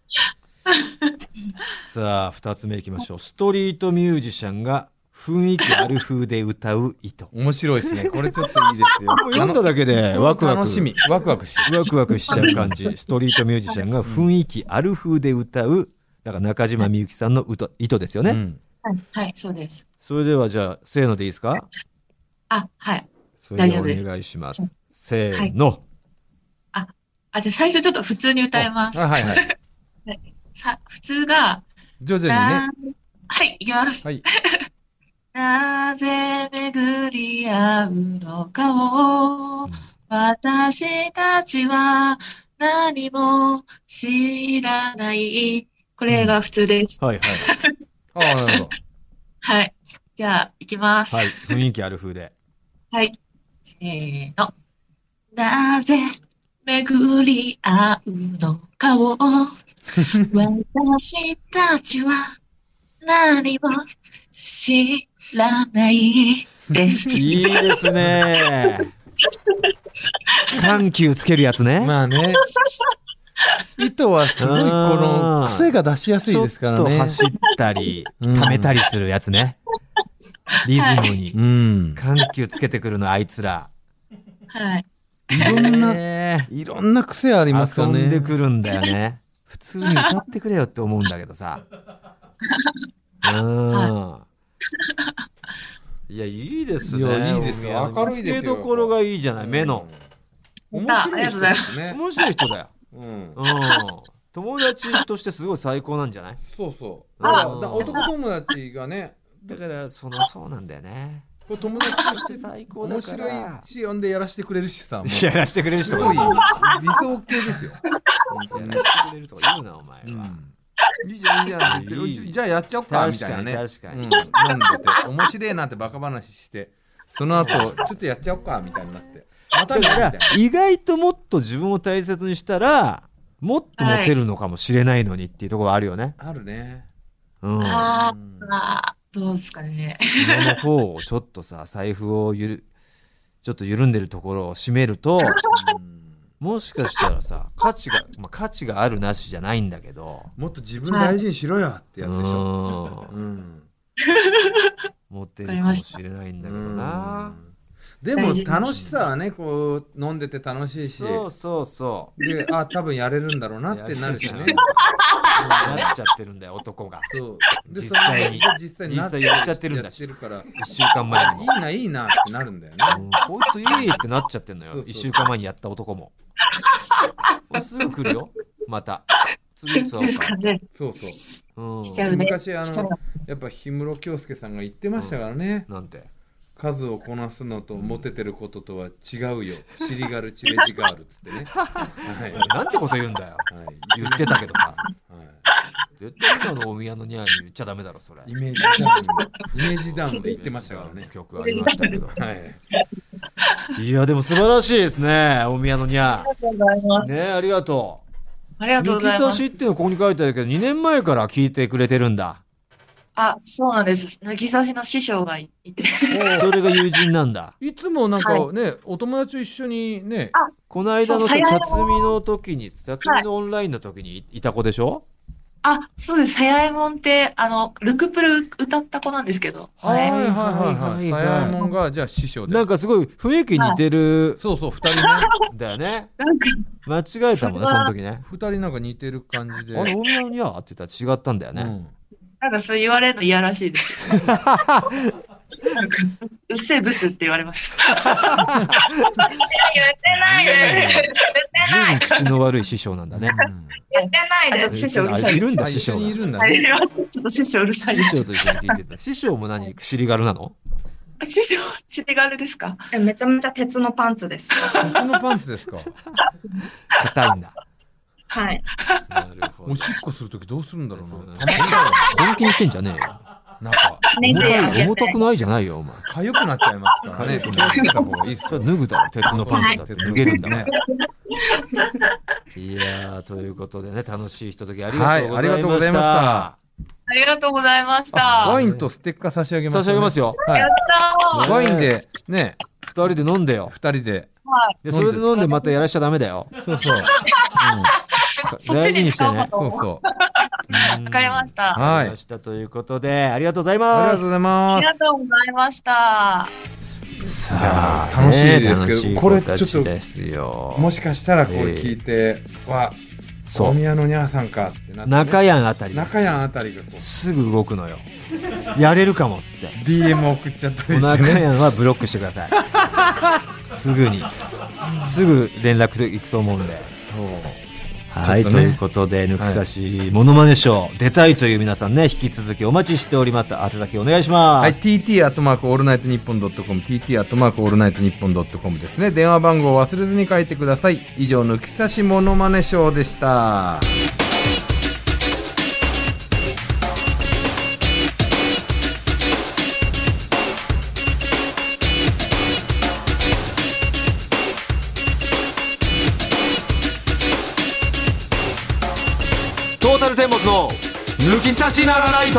さあ、2つ目いきましょう。ストリートミュージシャンが雰囲気ある風で歌う糸。 面白いですね。これちょっといいですよ。 読んだだけでワクワク。 楽しみ。ワクワクしちゃう感じ。ストリートミュージシャンが雰囲気ある風で歌う。だから中島みゆきさんの糸ですよね。 はい、そうです。 それではじゃあ、せーのでいいですか。 あ、はい。 それでお願いします。せーの。 じゃあ最初ちょっと普通に歌います。 はい。 普通が、 徐々にね。 はい、いきます。はい。なぜ巡り合うのかを、私たちは何も知らない。これが普通です。 はい。 なるほど。 はい。じゃあ、いきます。 はい。雰囲気ある風で。 はい。せーの。なぜ巡り合うのかを、私たちは何も知らないです。 いいですね。緩急つけるやつね。 まあね。糸はすごいこの癖が出しやすいですからね。 ちょっと走ったり、溜めたりするやつね。リズムに。緩急つけてくるの、あいつら。 はい。 いろんな癖ありますよね。 遊んでくるんだよね。普通に歌ってくれよって思うんだけどさ。いや、いいですね。 いいですよ。明るいですよ。 つけどころがいいじゃない、目の。 面白い人ですね。 面白い人だよ。友達としてすごい最高なんじゃない？ そう。男友達がね。 だからそうなんだよね。 友達として最高だから面白いし、呼んでやらせてくれるしさ。 やらせてくれる人がいい。 理想系ですよ。 やらせてくれるとか言うな、お前は。 いいじゃん。じゃあやっちゃおうかみたいなね。 確かに。 飲んでて面白いなってバカ話して、その後ちょっとやっちゃおうかみたいになって。 だから意外ともっと自分を大切にしたらもっとモテるのかもしれないのにっていうところあるよね。 あるね。 どうですかね。 その方をちょっとさ、財布をちょっと緩んでるところを締めると、もしかしたらさ、価値があるなしじゃないんだけど、 もっと自分大事にしろよってやつでしょ。 モテるかもしれないんだけどな。 でも楽しさはね、こう飲んでて楽しいし、 そうで、多分やれるんだろうなってなるしね。 なっちゃってるんだよ、男が。 そう。 実際やっちゃってるんだし、1週間前にいいなってなるんだよね。 こいついいってなっちゃってんのよ。1週間前にやった男も。すぐ来るよ、また。次ツアーから。 そう。昔やっぱ氷室京介さんが言ってましたからね。 なんて。 数をこなすのとモテてることとは違うよ。シリガルチレジガールっつってね。 なんてこと言うんだよ。言ってたけどさ。絶対今の大宮のニャーに言っちゃダメだろ、それ。 イメージダウンで言ってましたからね。 曲ありましたけど。 いやでも素晴らしいですね、大宮のにゃ。 ありがとうございます。 ね、ありがとう。 ありがとうございます。 抜き差しっていうのはここに書いてあるけど、2年前から聞いてくれてるんだ。 あ、そうなんです。抜き差しの師匠がいて。 それが友人なんだ。 いつもなんかね、お友達と一緒にね。 この間の茶摘みの時に、茶摘みのオンラインの時にいた子でしょ？ あ、そうです。さやえもんって、ルクプル歌った子なんですけど。 はいはいはい。さやえもんが、じゃあ師匠で。 なんかすごい雰囲気似てる。 そうそう、二人ね。 だよね。 なんか。 間違えたもんね、その時ね。 二人なんか似てる感じで。 あれ、大宮のにゃーって言ったら違ったんだよね。 なんかそう言われるの嫌らしいです。なんかうっせえブスって言われました。言ってないです。 随分口の悪い師匠なんだね。 言ってないです。師匠うるさい。 いるんだ、師匠。 いるんだ。 ちょっと師匠うるさい。 師匠と一緒に聞いてた。師匠も何、尻軽なの？ 師匠、尻軽ですか？ めちゃめちゃ鉄のパンツです。 鉄のパンツですか？ 硬いんだ。 はい。 なるほど。 おしっこするときどうするんだろうな。 本気にしてんじゃねえよ。 なんか重たくないじゃないよ、お前。 痒くなっちゃいますからね。気をつけた方がいいっすよ。 脱ぐだろ、鉄のパンツだって脱げるんだね。いやー、ということでね、楽しいひとときありがとうございました。 ありがとうございました。 ワインとステッカー差し上げます。 差し上げますよ。 やったー。 ワインでね、 2人で飲んでよ。 2人で。 で、それで飲んでまたやらしちゃダメだよ。 そうそう。 大事にしてね。 そうそう。 わかりました。 はい。ということで、ありがとうございます。 ありがとうございます。 ありがとうございました。 さあ、 楽しいですけど、これちょっともしかしたらこれ聞いては、大宮のにゃーさんかってなって、 中山あたりがすぐ動くのよ。やれるかもっつって DM 送っちゃったりしてね。 中山はブロックしてください。すぐ連絡いくと思うんで。はい、ということで、抜き差しモノマネショー出たいという皆さんね、引き続きお待ちしております。宛先お願いします。 はい、TT アットマークオールナイトニッポンドットコム、TT アットマークオールナイトニッポンドットコムですね。電話番号を忘れずに書いてください。以上、抜き差しモノマネショーでした。 トータルテンボスの抜き差しならないと。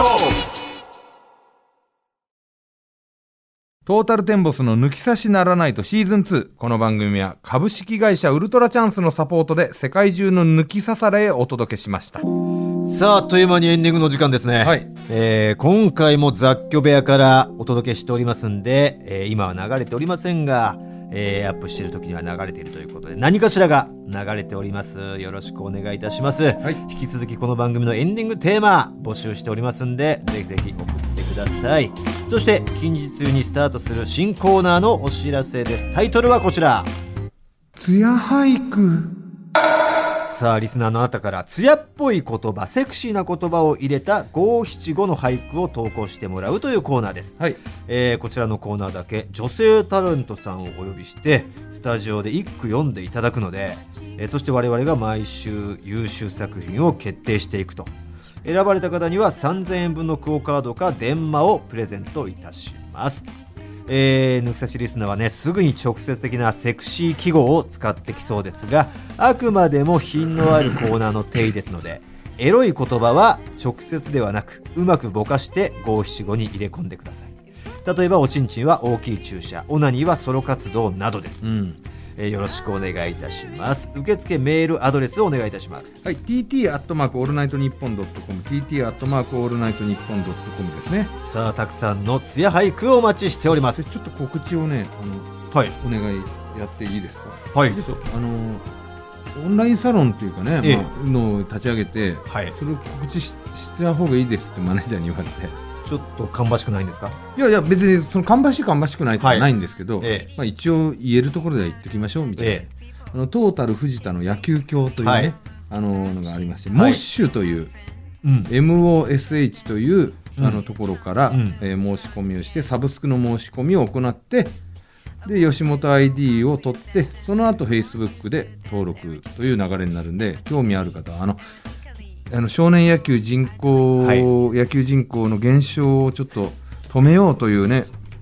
トータルテンボスの抜き差しならないとシーズン2。この番組は株式会社ウルトラチャンスのサポートで世界中の抜き差されへお届けしました。 さあ、あっという間にエンディングの時間ですね。 はい。 今回も雑居部屋からお届けしておりますんで、今は流れておりませんが、アップしている時には流れているということで、何かしらが流れております。よろしくお願いいたします。はい、引き続きこの番組のエンディングテーマ募集しておりますんで、ぜひぜひ送ってください。そして近日中にスタートする新コーナーのお知らせです。タイトルはこちら。 つや俳句。 さあ、リスナーのあなたから艶っぽい言葉、セクシーな言葉を入れた五七五の俳句を投稿してもらうというコーナーです。はい。こちらのコーナーだけ女性タレントさんをお呼びしてスタジオで一句読んでいただくので、そして我々が毎週優秀作品を決定していくと。選ばれた方には3000円分のクオカードか電話をプレゼントいたします。抜き差しリスナーはね、すぐに直接的なセクシー記号を使ってきそうですが、あくまでも品のあるコーナーの定義ですので、エロい言葉は直接ではなくうまくぼかして五七五に入れ込んでください。例えばおちんちんは大きい注射、オナニーはソロ活動などです。よろしくお願いいたします。受付メールアドレスをお願いいたします。 はい、TT アットマークオールナイトニッポンドットコム、TT アットマークオールナイトニッポンドットコムですね。 さあ、たくさんの艶俳句をお待ちしております。 ちょっと告知をね、 はい、 お願いやっていいですか。 はい。 オンラインサロンっていうかね、のを立ち上げて、はい、それを告知した方がいいですってマネージャーに言われて。 ちょっと芳しくないんですか。 いやいや、別にその芳しくないとかないんですけど、まあ、一応言えるところでは言っておきましょうみたいな、トータル藤田の野球協というね、のがありまして、モッシュという、MOSH というところから、申し込みをしてサブスクの申し込みを行って、で吉本 ID を取って、その後 Facebook で登録という流れになるんで、興味ある方は少年野球人口の減少をちょっと止めようというね、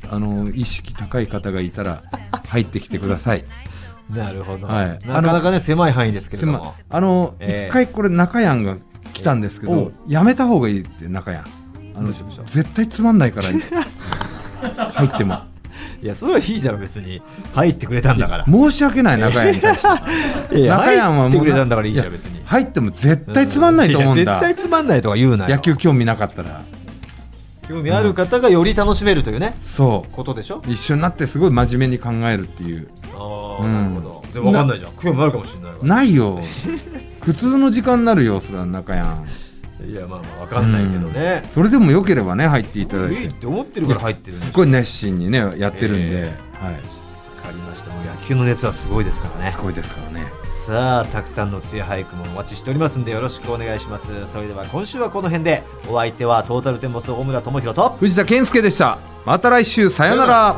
意識高い方がいたら入ってきてください。 なるほど、はい、なかなかね狭い範囲ですけれども、 一回これ中やんが来たんですけど、やめた方がいいって中やん絶対つまんないから入ってもいやそれはいいだろ別に入ってくれたんだから申し訳ない中やんに対して中やんは入ってくれたんだからいいじゃん別に入っても絶対つまんないと思うんだ、 絶対つまんないとか言うなよ。 野球興味なかったら興味ある方がより楽しめるというね、 そうことでしょ。 一緒になってすごい真面目に考えるっていう。 なるほど。でも分かんないじゃん、興味あるかもしれないから。 ないよ普通の時間になるよそれは中やん。 いやまあ分かんないけどね、 それでもよければね入っていただいて、 いいって思ってるから入ってるんです。 すごい熱心にねやってるんで、はい、 分かりました。もう野球の熱はすごいですからね。 すごいですからね。 さあたくさんの通夜俳句もお待ちしておりますんでよろしくお願いします。それでは今週はこの辺で、お相手はトータルテンボス大村智広と藤田健介でした。また来週、さよなら。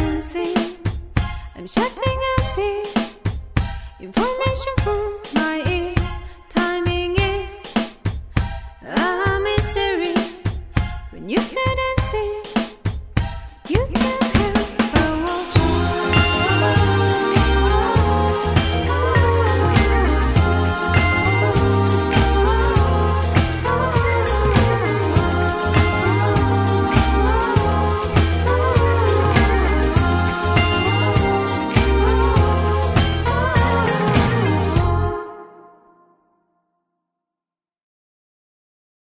I'm shutting out the information from my ears.